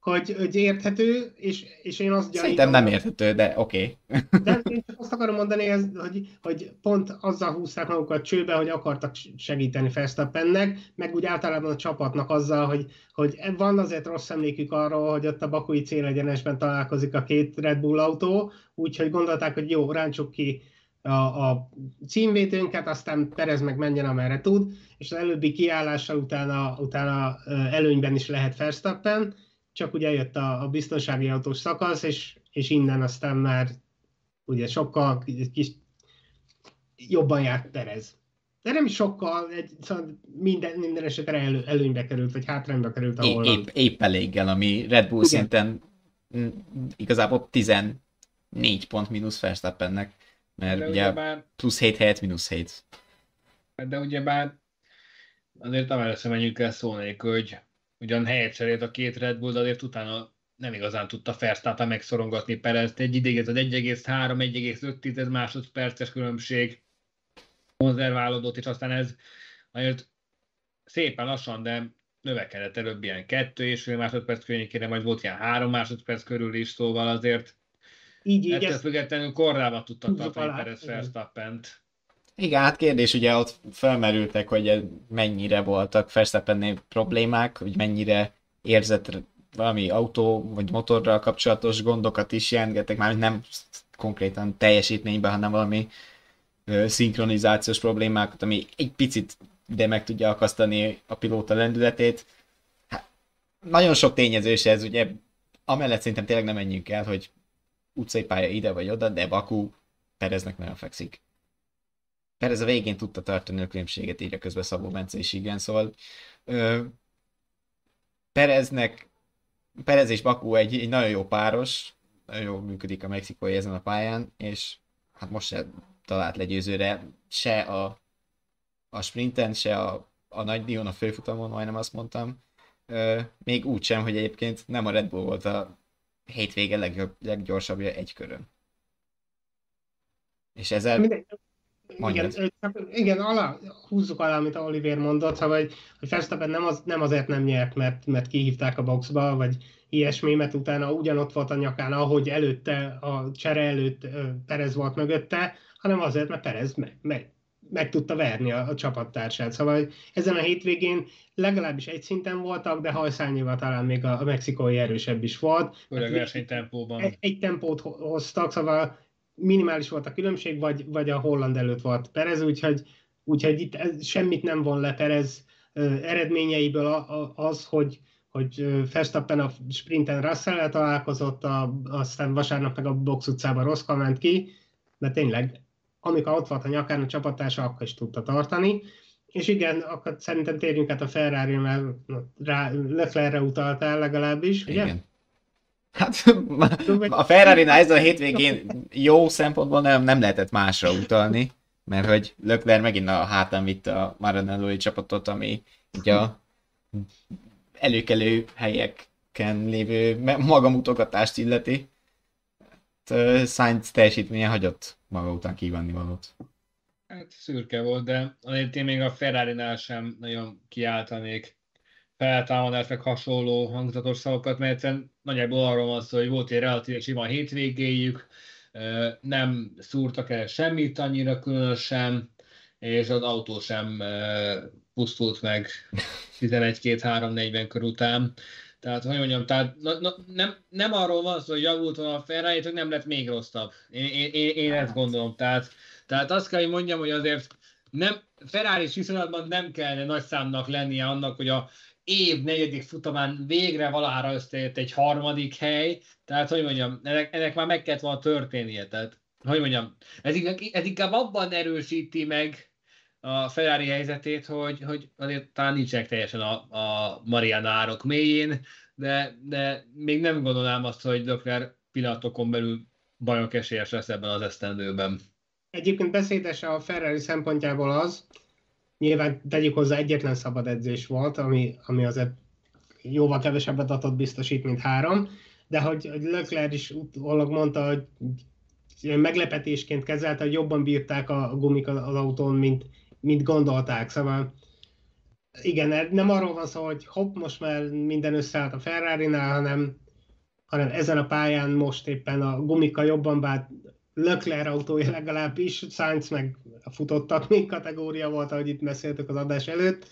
Speaker 5: hogy érthető, és én azt
Speaker 3: Szerintem nem érthető, de oké.
Speaker 5: De én csak azt akarom mondani, hogy pont azzal húzták magukat csőbe, hogy akartak segíteni Verstappennek, meg úgy általában a csapatnak azzal, hogy van azért rossz emlékük arról, hogy ott a bakui célegyenesben találkozik a két Red Bull autó, úgyhogy gondolták, hogy jó, ráncsuk ki a címvédőnket, aztán Perez meg menjen amerre tud, és az előbbi kiállással utána előnyben is lehet Verstappen, csak ugye jött a biztonsági autós szakasz, és innen aztán már ugye sokkal jobban járt Perez. De nem is sokkal, szóval minden esetre előnybe került, vagy hátrányba került a Holland.
Speaker 3: Épp eléggel, ami Red Bull szinten igazából 14 pont mínusz Verstappennek, mert
Speaker 4: de
Speaker 3: ugye
Speaker 4: bár,
Speaker 3: plusz 7 helyett mínusz 7.
Speaker 4: de ugyebár azért amellett sem menjünk el szólnék, hogy ugyan helyet cserélt a két Red Bull, de azért utána nem igazán tudta Verstappen megszorongatni Perezt. Egy ideig ez az 1,3-1,5 másodperces különbség konzerválódott, és aztán ez azért szépen lassan, de növekedett előbb ilyen 2,5 másodperc környékére, majd volt ilyen 3 másodperc körül is, szóval azért ettől függetlenül korábban tudtak tartani Perez Verstappent.
Speaker 3: Igen, hát kérdés, ugye ott felmerültek, hogy mennyire voltak Verstappennél problémák, hogy mennyire érzett valami autó vagy motorral kapcsolatos gondokat is jelentgettek, már nem konkrétan teljesítményben, hanem valami szinkronizációs problémákat, ami egy picit ide meg tudja akasztani a pilóta lendületét. Hát, nagyon sok tényezős ez, ugye amellett szerintem tényleg nem menjünk el, hogy utcai pálya ide vagy oda, de Baku Pereznek nagyon fekszik. Perez a végén tudta tartani a különbséget, írja közben Szabó Bence is, igen, szóval Perez és Baku egy nagyon jó páros, nagyon jól működik a mexikói ezen a pályán, és hát most se talált legyőzőre se a sprinten, se a nagy díjon, a főfutamon, majdnem azt mondtam. Még úgy sem, hogy egyébként nem a Red Bull volt a hétvége leggyorsabbja egy körön. És ezzel...
Speaker 5: Igen, húzzuk alá, amit Oliver mondott, hogy Verstappen nem azért nem nyert, mert kihívták a boxba, vagy ilyesmi, mert utána ugyanott volt a nyakán, ahogy előtte, a csere előtt Perez volt mögötte, hanem azért, mert Perez meg tudta verni a csapattársát. Szóval ezen a hétvégén legalábbis egy szinten voltak, de hajszálnyival talán még a mexikói erősebb is volt.
Speaker 4: Főleg versenytempóban.
Speaker 5: Egy tempót hoztak, szóval minimális volt a különbség, vagy a Holland előtt volt Perez, úgyhogy itt semmit nem von le Perez eredményeiből az, hogy Verstappen a sprinten Russell-el találkozott, aztán vasárnap meg a box utcában Roscoe ment ki, mert tényleg, amikor ott volt a nyakán a csapattársa, akkor is tudta tartani. És igen, akkor szerintem térjünk át a Ferrari, mert Leclercre utaltál legalábbis, ugye?
Speaker 3: Igen. Hát a Ferrari-nál ezen a hétvégén jó szempontból nem lehetett másra utalni, mert hogy Leclerc megint a hátán vitte a Maranellói csapatot, ami ugye a előkelő helyeken lévő magamutogatást illeti. Sainz teljesítménye hagyott maga után kívánni valót.
Speaker 4: Hát szürke volt, de azért én még a Ferrari-nál sem nagyon kiáltanék feltámadás, meg hasonló hangzatos szavakat, mert egyszerűen nagyjából arról van szó, hogy volt egy relatív sima hétvégéjük, nem szúrtak el semmit annyira különösen, és az autó sem pusztult meg 11-2-3-40 kör után. Tehát, hogy mondjam, nem arról van szó, hogy javult van a Ferrari, hogy nem lett még rosszabb. Én ezt gondolom. Tehát azt kell, hogy mondjam, hogy azért Ferrari-s viszonylatban nem kellene nagy számnak lennie annak, hogy a év 4. futamán végre valahára összejött egy 3. hely, tehát hogy mondjam, ennek már meg kellett volna történnie, tehát hogy mondjam, ez inkább abban erősíti meg a Ferrari helyzetét, hogy azért talán nincsenek teljesen a Mariana árok mélyén, de még nem gondolnám azt, hogy Leclerc pillanatokon belül bajnok esélyes lesz ebben az esztendőben.
Speaker 5: Egyébként beszédes a Ferrari szempontjából az, nyilván tegyük hozzá, egyetlen szabad edzés volt, ami azért jóval kevesebb adatot biztosít, mint 3, de hogy Leclerc is utólag mondta, hogy meglepetésként kezelte, hogy jobban bírták a gumik az autón, mint gondolták. Szóval igen, nem arról van szó, hogy hopp, most már minden összeállt a Ferrari-nál, hanem ezen a pályán most éppen a gumika jobban, bár Leclerc autója legalábbis, Sainz meg a futottak még kategória volt, ahogy itt beszéltük az adás előtt.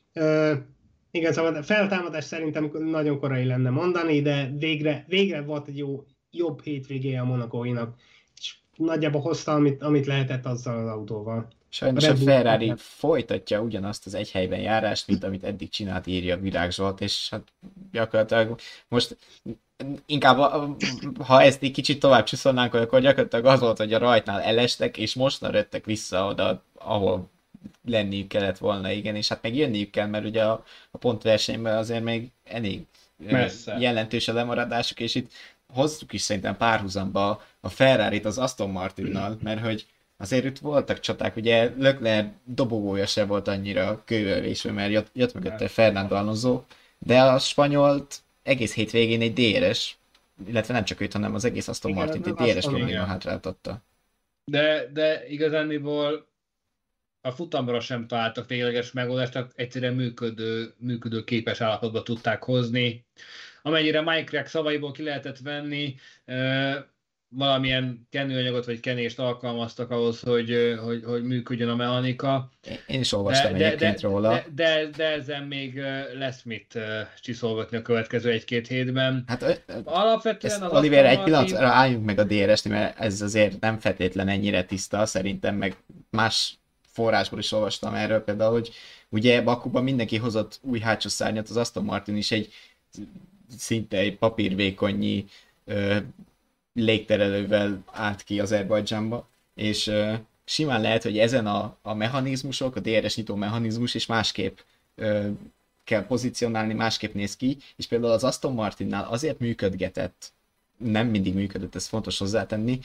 Speaker 5: Igen, szóval a feltámadás szerintem nagyon korai lenne mondani, de végre volt egy jobb hétvégéje a Monacóinak, és nagyjából hozta, amit lehetett azzal az autóval.
Speaker 3: Sajnos a Ferrari folytatja ugyanazt az egy helyben járást, mint amit eddig csinált, írja Virág Zsolt, és hát gyakorlatilag most inkább, ha ezt egy kicsit tovább csiszolnánk, akkor gyakorlatilag az volt, hogy a rajtnál elestek, és most röttek vissza oda, ahol lenniük kellett volna, igen, és hát meg jönniük kell, mert ugye a pontversenyben azért még elég jelentős a lemaradásuk, és itt hoztuk is szerintem párhuzamba a Ferrarit az Aston Martinnal, mert hogy azért itt voltak csaták, ugye Leclerc dobogója se volt annyira kővelvésve, mert jött mögötte Fernando Alonso, de a spanyolt egész hétvégén egy DRS, illetve nem csak őt, hanem az egész Aston Martint egy DRS probléma hátráltatta.
Speaker 4: De igazániból a futamra sem találtak végleges megoldást, tehát egyszerűen működő képes állapotba tudták hozni. Amennyire Mike Crack szavaiból ki lehetett venni, valamilyen kenőanyagot vagy kenést alkalmaztak ahhoz, hogy működjön a mechanika.
Speaker 3: Én is olvastam egyébként róla.
Speaker 4: De ezen még lesz mit csiszolgatni a következő egy-két hétben.
Speaker 3: Hát
Speaker 4: alapvetően az
Speaker 3: Oliver, egy pillanatra álljunk meg a DRS-t, mert ez azért nem feltétlen ennyire tiszta, szerintem, meg más forrásból is olvastam erről például, hogy ugye Bakuban mindenki hozott új hátsó szárnyat, az Aston Martin is egy szinte egy papírvékonnyi légterelővel állt ki Azerbajdzsánba, és simán lehet, hogy ezen a mechanizmusok, a DRS nyitó mechanizmus is másképp kell pozícionálni, másképp néz ki, és például az Aston Martinnál azért működgetett, nem mindig működött, ez fontos hozzátenni,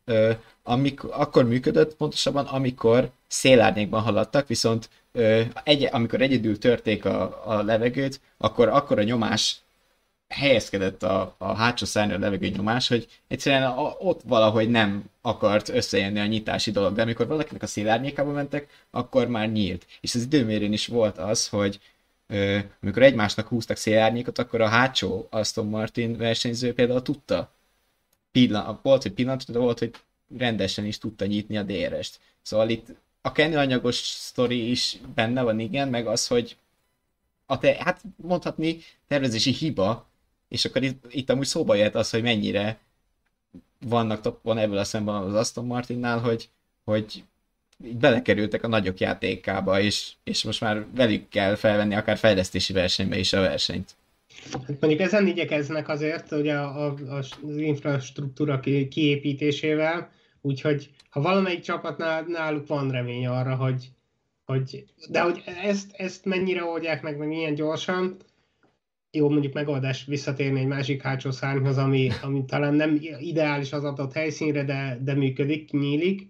Speaker 3: akkor működött pontosabban, amikor szélárnyékban haladtak, viszont amikor egyedül törték a levegőt, akkor a nyomás helyezkedett a hátsó szárnyon a levegő nyomás, hogy egyszerűen ott valahogy nem akart összejönni a nyitási dolog, de amikor valakinek a szélárnyékába mentek, akkor már nyílt. És az időmérőn is volt az, hogy amikor egymásnak húztak szélárnyékot, akkor a hátsó Aston Martin versenyző például tudta volt, hogy pillanat, de volt, hogy rendesen is tudta nyitni a DRS-t. Szóval itt a kenőanyagos sztori is benne van, igen, meg az, hogy hát mondhatni tervezési hiba, és akkor itt amúgy szóba jött az, hogy mennyire vannak toppon ebből a szemben az Aston Martinnál, hogy belekerültek a nagyok játékába, és most már velük kell felvenni akár fejlesztési versenybe is a versenyt.
Speaker 5: Hát mondjuk ezen igyekeznek azért, ugye az infrastruktúra kiépítésével, úgyhogy ha valamelyik csapatnál náluk van remény arra, hogy ezt mennyire oldják meg milyen gyorsan, jó, mondjuk megoldás visszatérni egy másik hátsó szárnyhoz, ami talán nem ideális az adott helyszínre, de működik, nyílik.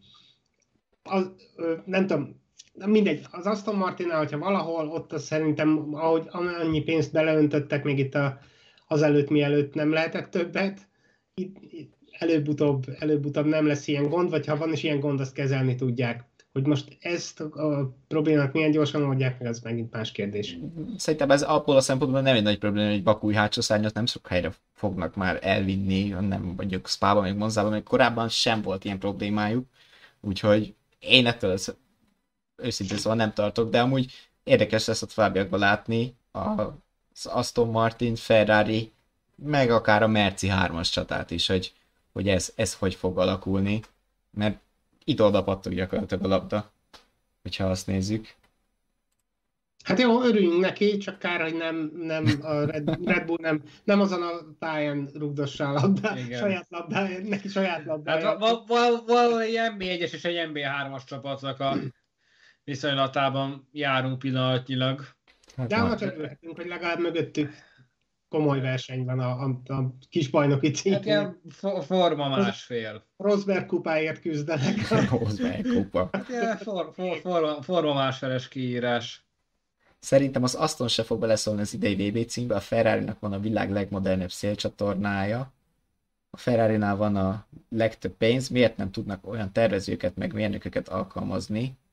Speaker 5: Nem tudom, mindegy, az Aston Martinnál, hogyha valahol ott szerintem, ahogy annyi pénzt beleöntöttek még itt azelőtt, mielőtt nem lehetett többet, előbb-utóbb nem lesz ilyen gond, vagy ha van is ilyen gond, azt kezelni tudják. Hogy most ezt a problémát milyen gyorsan oldják meg, az megint más kérdés.
Speaker 3: Szerintem ez abból a szempontból nem egy nagy probléma, hogy Bakúj hátsó szárnyat nem sok helyre fognak már elvinni, nem mondjuk Spában, meg Monzában, meg korábban sem volt ilyen problémájuk, úgyhogy én ettől őszintén szóval nem tartok, de amúgy érdekes lesz a továbbiakban látni az Aston Martin, Ferrari, meg akár a Merci 3-as csatát is, hogy ez hogy fog alakulni, mert itt oda pattog gyakorlatilag a labda, hogyha azt nézzük.
Speaker 5: Hát jó, örüljünk neki, csak kár, hogy nem a Red Bull nem azon a pályán rugdossa a labdát, saját labdáját, neki saját labdáját.
Speaker 4: Hát valami NB1-es és egy NB3-as csapatnak a viszonylatában járunk pillanatnyilag.
Speaker 5: De annak örülhetünk, hogy legalább mögöttük komoly verseny van a kis bajnoki címén.
Speaker 4: Hát forma másfél.
Speaker 5: Rosberg kupáért küzdenek.
Speaker 3: Rosberg kupa.
Speaker 4: Hát forma másfeles kiírás.
Speaker 3: Szerintem az Aston se fog beleszólni az idei VB címbe, a Ferrari-nak van a világ legmodernebb szélcsatornája, a Ferrari-nál van a legtöbb pénz, miért nem tudnak olyan tervezőket meg mérnököket alkalmazni,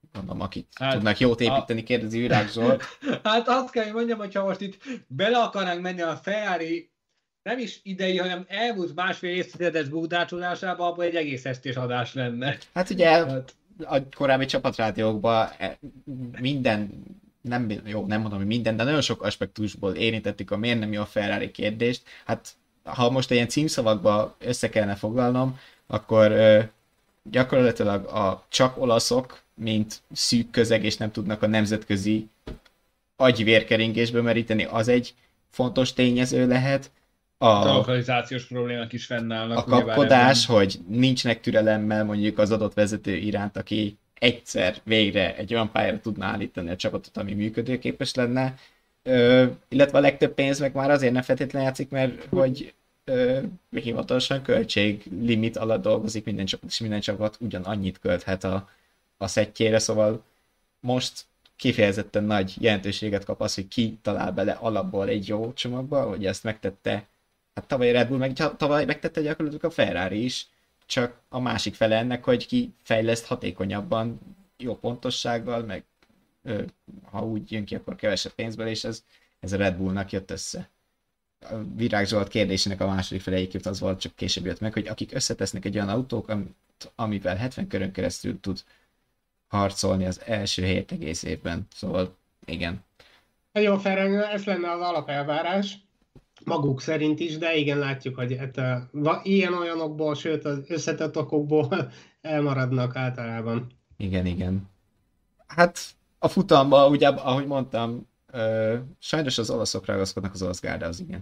Speaker 3: mondom, akik tudnak jót építeni, kérdezi Virág Zsolt.
Speaker 4: Hát azt kell, hogy mondjam, hogyha most itt bele akarnánk menni a Ferrari nem is idei, hanem elmúlt másfél évtizedes bukdácsolásába, abban egy egész estés adás lenne.
Speaker 3: Hát ugye a korábbi csapatrádiókban minden, nem mondom, hogy minden, de nagyon sok aspektusból érintettük a miért nem jó a Ferrari kérdést. Hát ha most ilyen címszavakba össze kellene foglalnom, akkor gyakorlatilag a csak olaszok, mint szűk közeg, és nem tudnak a nemzetközi agyvérkeringésbe meríteni, az egy fontos tényező lehet.
Speaker 4: A lokalizációs problémák is fennállnak.
Speaker 3: A kapkodás, hogy nincsnek türelemmel mondjuk az adott vezető iránt, aki egyszer végre egy olyan pályára tudna állítani a csapatot, ami működőképes lenne. Illetve a legtöbb pénz meg már azért nem feltétlenül játszik, mert hogy hivatalosan költséglimit alatt dolgozik minden csapat, és minden csapat ugyanannyit költhet a szettjére, szóval most kifejezetten nagy jelentőséget kap az, hogy ki talál bele alapból egy jó csomagba, hogy ezt megtette, hát tavaly Red Bull, meg tavaly megtette gyakorlatilag a Ferrari is, csak a másik fele ennek, hogy ki fejleszt hatékonyabban, jó pontossággal, meg ha úgy jön ki, akkor kevesebb pénzből, és ez a Red Bullnak jött össze. A Virág Zsolt kérdésének a második fele egyébként az volt, csak később jött meg, hogy akik összetesznek egy olyan autók, amivel 70 körön keresztül tud harcolni az első 7 egész évben. Szóval igen.
Speaker 5: Jó, Ferrari, ez lenne az alapelvárás, maguk szerint is, de igen, látjuk, hogy ilyen-olyanokból, sőt az összetett okokból elmaradnak általában.
Speaker 3: Igen. Hát a futamban, ugye, ahogy mondtam, sajnos az olaszok ragaszkodnak az olasz gárdához, igen.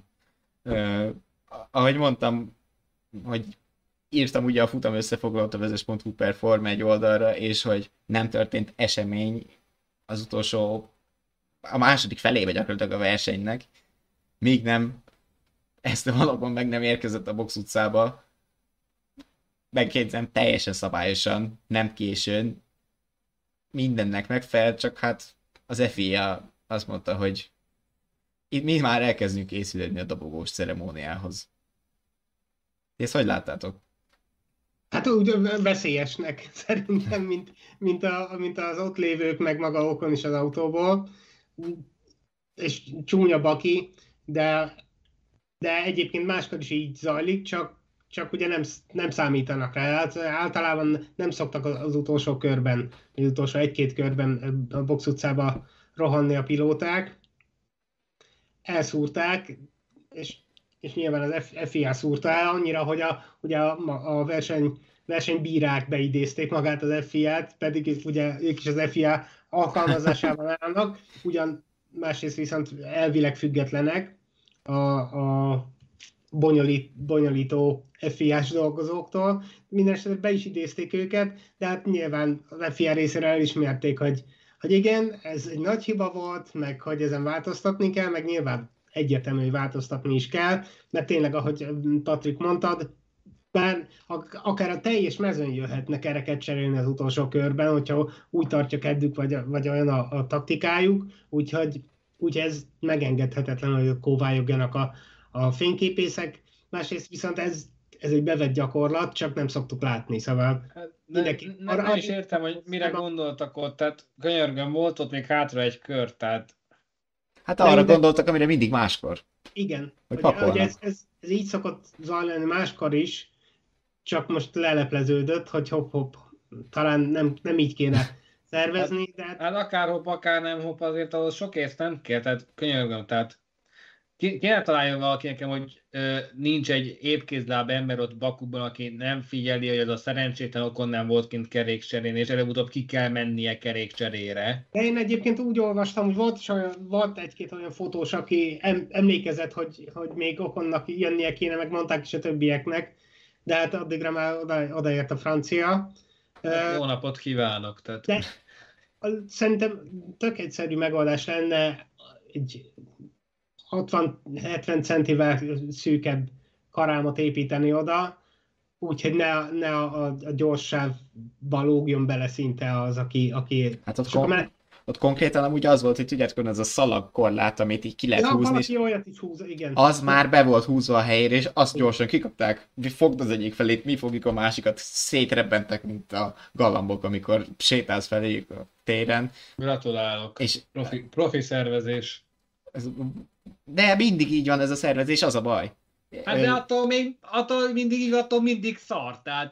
Speaker 3: Ahogy mondtam, hogy írtam ugye a futam összefoglalót a vezes.hu per Forma 1 oldalra, és hogy nem történt esemény az utolsó, a második felébe gyakorlatilag a versenynek, míg nem ezt a valóban meg nem érkezett a box utcába, megjegyzem teljesen szabályosan, nem későn, mindennek megfelel, csak hát az FIA azt mondta, hogy itt mi már elkezdünk készülődni a dobogós ceremóniához. Ezt hogy láttátok?
Speaker 5: Hát úgy veszélyesnek szerintem, mint az ott lévők, meg maga Ocon is az autóból, és csúnya baki, de egyébként máskor is így zajlik, csak ugye nem számítanak rá. Általában nem szoktak az utolsó körben, az utolsó 1-2 körben a box utcába rohanni a pilóták. Elszúrták, és nyilván az FIA szúrta el annyira, hogy a versenybírák beidézték magát az FIA-t, pedig ugye ők is az FIA alkalmazásában állnak, ugyan másrészt viszont elvileg függetlenek a bonyolító FIA-s dolgozóktól. Mindenesetre be is idézték őket, de hát nyilván az FIA részéről elismerték, hogy igen, ez egy nagy hiba volt, meg hogy ezen változtatni kell, meg nyilván egyértelmű, hogy változtatni is kell, mert tényleg, ahogy Patrik mondtad, bár akár a teljes mezőn jöhetne kereket cserélni az utolsó körben, hogyha úgy tartja kedvük, vagy olyan a taktikájuk, úgyhogy ez megengedhetetlen, hogy kóvályogjanak a fényképészek. Másrészt viszont ez egy bevett gyakorlat, csak nem szoktuk látni, szóval mindenki...
Speaker 4: Nem is értem, hogy mire gondoltak ott, tehát könyörgöm, volt ott még hátra egy kör, tehát...
Speaker 3: Hát arra gondoltak, amire mindig máskor.
Speaker 5: Igen,
Speaker 3: hogy
Speaker 5: ez így szokott zajlani máskor is, csak most lelepleződött, hogy hopp-hopp, talán nem így kéne szervezni, de...
Speaker 4: Hát akár hopp, akár nem hopp, azért ahhoz sok ész nem kell, tehát könyörgöm, tehát kéne találjon valaki nekem, hogy nincs egy épkézláb ember ott Bakuban, aki nem figyeli, hogy az a szerencsétlen Ocon nem volt kint kerékcserén, és előbb-utóbb ki kell mennie kerékcserére.
Speaker 5: De én egyébként úgy olvastam, hogy volt egy-két olyan fotós, aki emlékezett, hogy még Oconnak jönnie kéne, meg mondták is a többieknek, de hát addigra már odaért a francia.
Speaker 4: Jó napot kívánok! Tehát.
Speaker 5: De szerintem tök egyszerű megoldás lenne egy 60-70 centivel szűkebb karámot építeni oda, úgyhogy ne a gyors sávba lógjon bele szinte az, aki
Speaker 3: Hát ott ott konkrétan amúgy az volt, hogy tudjátok, az a szalagkorlát, amit így ki lehet
Speaker 5: Ja,
Speaker 3: húzni,
Speaker 5: valaki
Speaker 3: és
Speaker 5: olyat is húz, igen.
Speaker 3: az már be volt húzva a helyére, és azt gyorsan kikapták. Fogd az egyik felét, mi fogjuk a másikat, szétrebbentek, mint a galambok, amikor sétálsz feléjük a téren.
Speaker 4: Gratulálok.
Speaker 3: És
Speaker 4: Profi szervezés.
Speaker 3: de mindig így van ez a szervezés, az a baj.
Speaker 4: Hát de attól mindig szar, tehát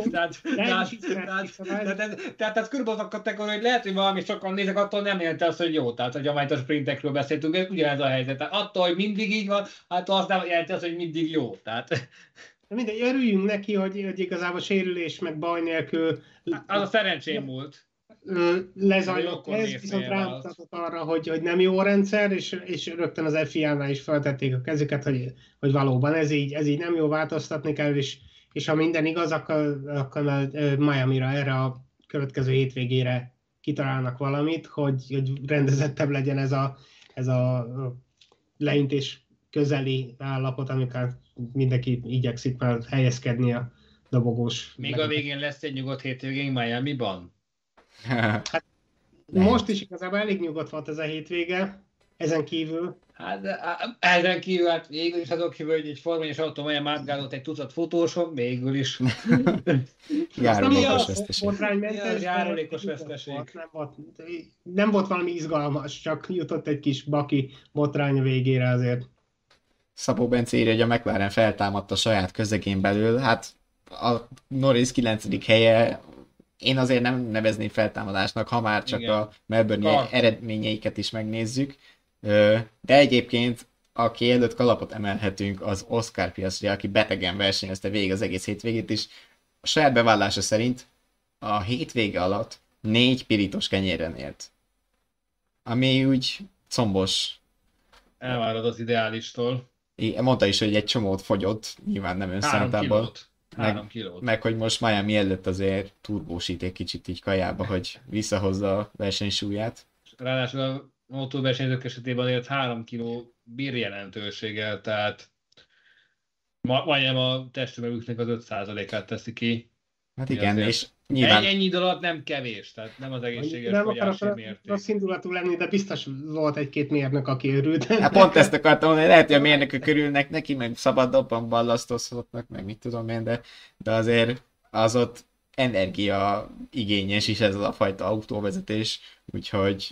Speaker 4: ez körülbelül a kategória, hogy lehet, hogy valami sokan nézek, attól nem jelenti azt, hogy jó, tehát hogy amelyet a sprintekről beszéltünk, ez ugyanez a helyzet, tehát attól, hogy mindig így van, hát az nem jelenti azt, hogy mindig jó, tehát...
Speaker 5: Mindegy, örüljünk neki, hogy igazából sérülés meg baj nélkül...
Speaker 4: Az a szerencsém múlt.
Speaker 5: Lezajlott ez, viszont rámutatott arra, hogy nem jó a rendszer, és rögtön az FIA-nál is feltették a kezüket, hogy valóban ez így nem jó, változtatni kell, és ha minden igaz, akkor Miamira erre a következő hétvégére kitalálnak valamit, hogy rendezettebb legyen ez a leintés közeli állapot, amikor mindenki igyekszik már helyezkedni a dobogós.
Speaker 4: Még a végén lesz egy nyugodt hétvégén Miamiban?
Speaker 5: Hát, most is igazából elég nyugodt volt ez a hétvége, ezen kívül.
Speaker 4: Ezen kívül, hát végül is azok kívül, hogy egy formányos autó olyan átgázott egy tucat fotóson, végül is.
Speaker 3: Járulékos veszteség.
Speaker 4: Járulékos veszteség.
Speaker 5: Nem volt valami izgalmas, csak jutott egy kis baki botrány végére azért.
Speaker 3: Szabó Bence írja, hogy a McLaren feltámadta saját közegén belül. Hát a Norris 9. helye én azért nem nevezném feltámadásnak, ha már csak a Melbourne eredményeiket is megnézzük. De egyébként, aki előtt kalapot emelhetünk, az Oscar Piastri, aki betegen versenyezte végig az egész hétvégét is. A saját bevállása szerint a hétvége alatt 4 pirítos kenyéren élt. Ami úgy combos.
Speaker 4: Elvárad az ideálistól.
Speaker 3: Mondta is, hogy egy csomót fogyott, nyilván nem önszántából.
Speaker 4: 3 kilót.
Speaker 3: Meg hogy most Miami előtt azért turbósít egy kicsit így kajába, hogy visszahozza a versenysúlyát.
Speaker 4: Ráadásul a autóversenyzők esetében élt 3 kiló bírjelentőséggel, tehát majdnem a testtömegüknek az 5%-át teszi ki.
Speaker 3: Hát igen, és nyilván...
Speaker 4: Ennyi idő alatt nem kevés, tehát nem az egészséges
Speaker 5: nem
Speaker 4: fogyási
Speaker 5: akarok
Speaker 4: mérték.
Speaker 5: rossz indulatú lenni, de biztos volt egy-két mérnök, aki örült.
Speaker 3: Hát pont ezt akartam mondani, lehet, hogy a mérnökök örülnek neki, meg szabadabban ballasztozhatnak, meg mit tudom én, de azért az ott energia igényes is ez a fajta autóvezetés, úgyhogy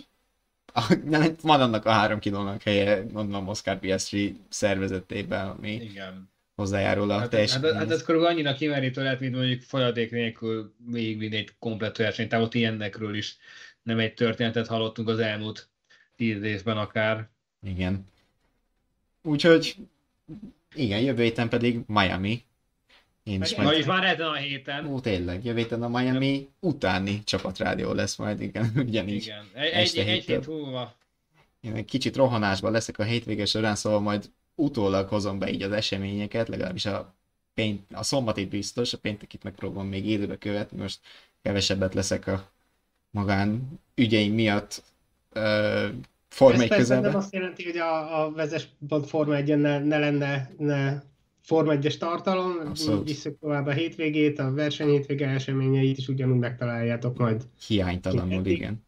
Speaker 3: van annak a 3 kilónak helye, gondolom Oscar Piastri szervezetében, ami
Speaker 4: igen.
Speaker 3: hozzájárul a teljesítményhez.
Speaker 4: Hát ez körülbelül annyira kimerítő lehet, mint mondjuk folyadék nélkül végigvinni egy komplett versenytávot, ilyennekről is nem egy történetet hallottunk az elmúlt 10 évben akár.
Speaker 3: Igen. Úgyhogy igen, jövő héten pedig Miami. Én is
Speaker 4: Vagyis már ezen a héten.
Speaker 3: Ó, tényleg, jövő héten a Miami utáni csapatrádió lesz majd, igen, ugyanígy.
Speaker 4: Igen, egy hét múlva.
Speaker 3: Én egy kicsit rohanásban leszek a hétvége során, szóval majd utólag hozom be így az eseményeket, legalábbis a szombatit biztos, a péntekit megpróbálom még élőbe követni, most kevesebbet leszek a magán ügyeim miatt Forma 1 közelben.
Speaker 5: Nem azt jelenti, hogy a vezes Forma 1-en ne lenne Forma 1-es tartalom, úgy visszük tovább a hétvégét, a verseny hétvége eseményeit is ugyanúgy megtaláljátok majd.
Speaker 3: Hiánytalanul, igen.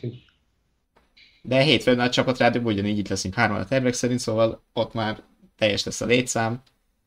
Speaker 3: De hétfőn a csapatrádióban ugyanígy itt leszünk 3 a tervek szerint, szóval ott már teljes lesz a létszám.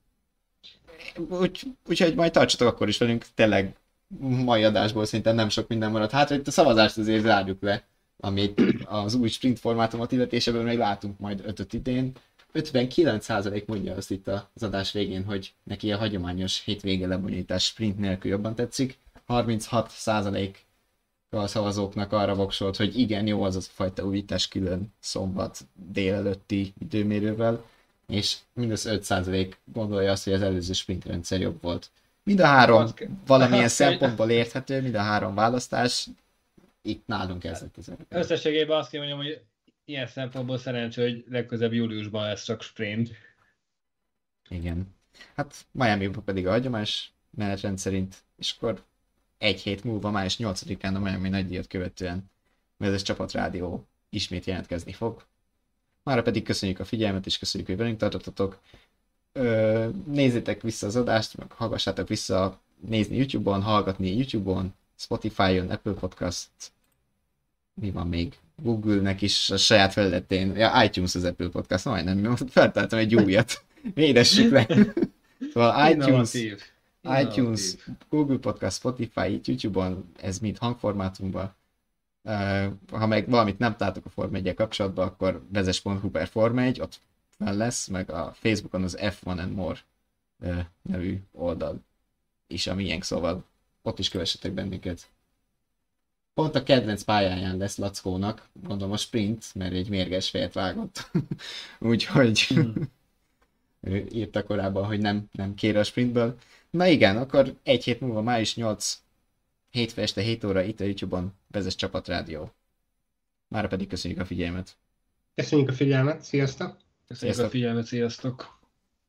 Speaker 3: Úgyhogy majd tartsatok akkor is velünk, tényleg mai adásból szerintem nem sok minden maradt hátra, itt a szavazást azért zárjuk le, ami az új sprint formátumot illetésében még látunk majd 5-öt idén. 59% mondja azt itt az adás végén, hogy neki a hagyományos hétvége lebonyolítás sprint nélkül jobban tetszik. 36% a szavazóknak arra voksolt, hogy igen, jó az a fajta újítás külön szombat délelőtti időmérővel, és mindössze 5% gondolja azt, hogy az előző sprintrendszer jobb volt. Mind a 3 valamilyen szempontból érthető, mind a 3 választás, itt nálunk kezdett az előbb.
Speaker 4: Összességében azt kell mondjam, hogy ilyen szempontból szerencsé, hogy legközebb júliusban lesz csak sprint.
Speaker 3: Igen. Hát Miami-ban pedig a hagyományos menetrend szerint, és akkor egy hét múlva, május 8-án a Miami nagydíjat követően vezes csapatrádió ismét jelentkezni fog. Mára pedig köszönjük a figyelmet, és köszönjük, hogy velünk tartottatok. Nézzétek vissza az adást, meg hallgassátok vissza nézni YouTube-on, hallgatni YouTube-on, Spotify-on, Apple Podcast, mi van még? Google-nek is a saját felületén, ja, iTunes az Apple Podcast, majdnem, feltaláltam egy újat, védessük le. Szóval iTunes, Google Podcast, Spotify, YouTube-on, ez mind hangformátumban. Ha meg valamit nem találtok a Forma 1-jel kapcsolatban, akkor vezes.hu/Forma1, ott fel lesz, meg a Facebookon az F1 and More nevű oldal is a miénk, szóval ott is kövessetek bennünket. Pont a kedvenc pályáján lesz Lackónak, gondolom a sprint, mert egy mérges fejet vágott. Úgyhogy ő írta korábban, hogy nem kér a sprintből. Na igen, akkor egy hét múlva, május 8, hétfő este 7 óra itt a YouTube-on Vezes Csapat Rádió. Mára pedig köszönjük a figyelmet.
Speaker 5: Köszönjük a figyelmet, sziasztok!
Speaker 4: Köszönjük a figyelmet, sziasztok!